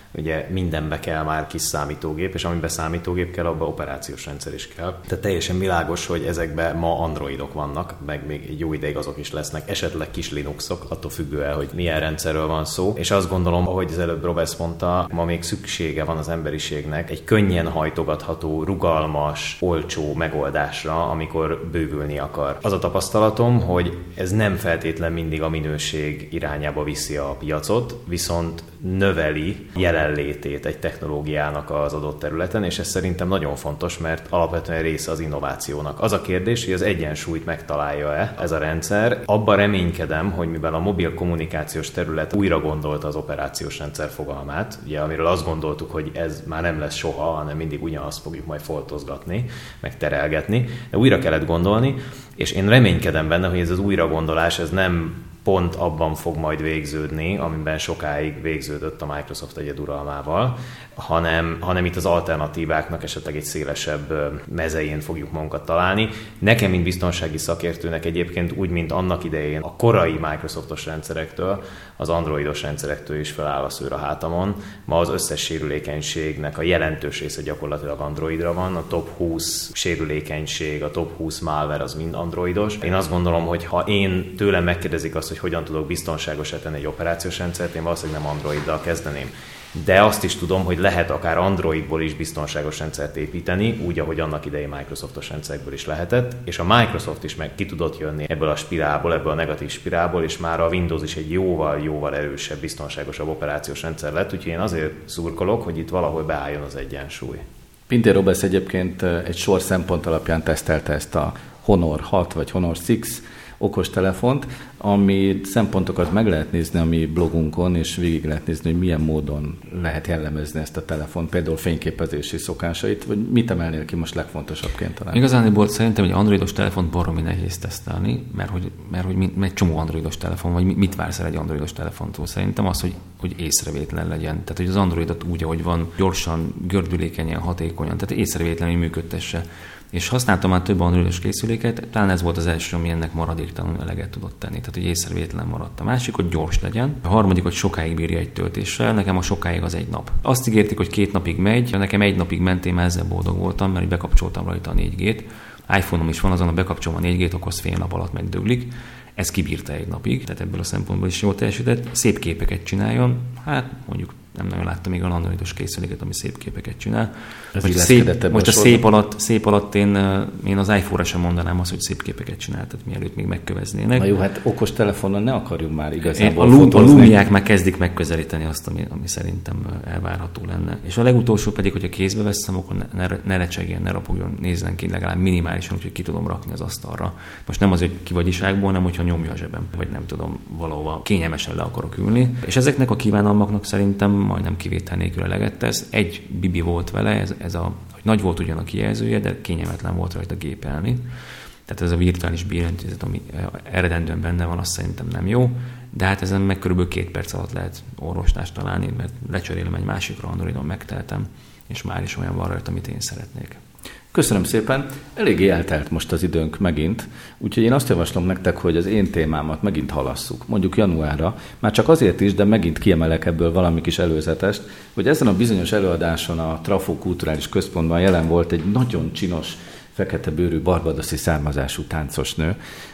ugye mindenbe kell már kis számítógép, és amiben számítógép kell, abban operációs rendszer is kell. Tehát teljesen világos, hogy ezekben ma androidok vannak, meg még egy jó ideig azok is lesznek, esetleg kis Linuxok, attól függően, hogy milyen rendszerről van szó. És azt gondolom, ahogy az előbb Robesz mondta, ma még szüksége van az emberiségnek egy könnyen hajtogatható, rugalmas, olcsó megoldásra, amikor bővülni akar. Az a tapasztalatom, hogy ez nem feltétlen mindig a minőség irányába viszi a piacot, viszont növeli jelenlétét egy technológiának az adott területen, és ez szerintem nagyon fontos, mert alapvetően része az innovációnak. Az a kérdés, hogy az egyensúlyt megtalálja-e ez a rendszer. Abban reménykedem, hogy mivel a mobil kommunikációs terület újra gondolta az operációs rendszer fogalmát, ugye, amiről azt gondoltuk, hogy ez már nem lesz soha, hanem mindig ugyanazt fogjuk majd foltozgatni, meg terelgetni, de újra kellett gondolni, és én reménykedem benne, hogy ez az újragondolás, ez nem pont abban fog majd végződni, amiben sokáig végződött a Microsoft egyeduralmával, hanem, hanem itt az alternatíváknak esetleg egy szélesebb mezején fogjuk magunkat találni. Nekem, mint biztonsági szakértőnek egyébként úgy, mint annak idején a korai Microsoftos rendszerektől, az androidos rendszerektől is feláll a szőr a hátamon. Ma az összes sérülékenységnek a jelentős része gyakorlatilag androidra van. A top húsz sérülékenység, a top húsz malware az mind androidos. Én azt gondolom, hogy ha én tőlem megkérdezik azt, hogy hogyan tudok biztonságosá tenni egy operációs rendszert, én valószínűleg nem androiddal kezdeném. De azt is tudom, hogy lehet akár Androidból is biztonságos rendszert építeni, úgy, ahogy annak idején Microsoftos rendszerekből is lehetett, és a Microsoft is meg ki tudott jönni ebből a spirálból, ebből a negatív spirálból, és már a Windows is egy jóval-jóval erősebb, biztonságosabb operációs rendszer lett, úgyhogy én azért szurkolok, hogy itt valahol beálljon az egyensúly. Pintér Robesz egyébként egy sor szempont alapján tesztelte ezt a Honor hat vagy Honor hat okostelefont, ami szempontokat meg lehet nézni a mi blogunkon, és végig lehet nézni, hogy milyen módon lehet jellemezni ezt a telefont, például fényképezési szokásait, vagy mit emelnél ki most legfontosabbként talán? Igazániból szerintem egy androidos telefont baromi nehéz tesztelni, mert hogy, mert hogy egy csomó androidos telefon, vagy mit vársz el egy androidos telefontól? Szerintem az, hogy, hogy észrevétlen legyen. Tehát, hogy az androidot úgy, ahogy van, gyorsan, gördülékenyen, hatékonyan, tehát észrevétlenül működtesse. És használtam már több androidos készüléket, talán ez volt az első, ami ennek maradéktalanul eleget tudott tenni. Tehát, hogy észrevétlen maradt. A másik, hogy gyors legyen. A harmadik, hogy sokáig bírja egy töltéssel. Nekem a sokáig az egy nap. Azt ígérték, hogy két napig megy. Nekem egy napig ment, én már ezzel boldog voltam, mert bekapcsoltam rajta a négy gét. iPhone-om is van, azon a bekapcsolom a négy gét, akkor az fél nap alatt megdöglik. Ez kibírta egy napig, tehát ebből a szempontból is jól teljesített. Szép képeket csináljon. Hát mondjuk nem nagyon láttam még a androidos készüléket, ami szép képeket csinál. Most, szép, most a szép alatt, szép alatt én, én az iPhone-ra sem mondanám azt, hogy szép képeket csinál, tehát mielőtt még megköveznének. Na jó, hát okos telefonon ne akarjunk már igazából a fotózni. A Lumiák már kezdik megközelíteni azt, ami, ami szerintem elvárható lenne. És a legutolsó pedig, hogy a kézbe veszem, akkor ne, ne, ne recsegjen, ne rapogjon, nézzen ki legalább minimálisan, úgyhogy ki tudom rakni az asztalra. Most nem az, hogy kivagyiságból, hanem hogyha nyomja a zsebem, vagy nem tudom, valahova kényelmesen le akarok ülni. És ezeknek a kívánalmaknak szerintem majdnem kivétel nélkül eleget tesz. Egy bibi volt vele, ez, ez a, hogy nagy volt ugyan a kijelzője, de kényelmetlen volt rajta gépelni. Tehát ez a virtuális billentyűzet, ami eredendően benne van, azt szerintem nem jó, de hát ezen meg körülbelül két perc alatt lehet orvostást találni, mert lecserélem egy másikra, Androidon megteltem, és már is olyan van rajta, amit én szeretnék. Köszönöm szépen. Eléggé eltelt most az időnk megint, úgyhogy én azt javaslom nektek, hogy az én témámat megint halasszuk, mondjuk januárra, már csak azért is, de megint kiemelek ebből valami kis előzetest, hogy ezen a bizonyos előadáson a Trafó Kulturális Központban jelen volt egy nagyon csinos, fekete bőrű, barbadoszi származású táncosnő,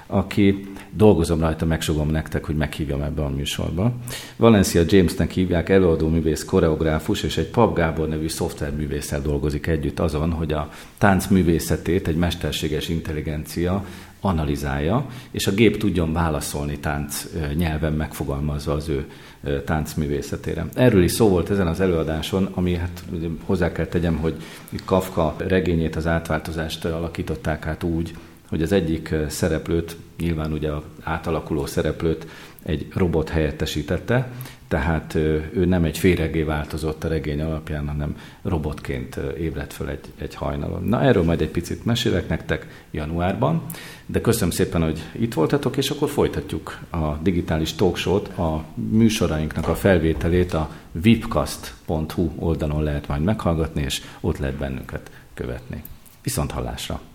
aki dolgozom rajta, megsugom nektek, hogy meghívjam ebbe a műsorba. Valencia Jamesnek hívják, előadó művész, koreográfus, és egy Pap Gábor nevű szoftverművésszel dolgozik együtt azon, hogy a tánc művészetét egy mesterséges intelligencia analizálja, és a gép tudjon válaszolni tánc nyelven megfogalmazva az ő táncművészetére. Erről is szó volt ezen az előadáson, ami hát hozzá kell tegyem, hogy Kafka regényét, az átváltozást alakították át úgy, hogy az egyik szereplőt, nyilván ugye az átalakuló szereplőt egy robot helyettesítette, tehát ő nem egy féreggé változott a regény alapján, hanem robotként ébredt föl egy, egy hajnalon. Na, erről majd egy picit mesélek nektek januárban, de köszönöm szépen, hogy itt voltatok, és akkor folytatjuk a digitális talkshow-t, a műsorainknak a felvételét a vipcast pont hu oldalon lehet majd meghallgatni, és ott lehet bennünket követni. Viszont hallásra!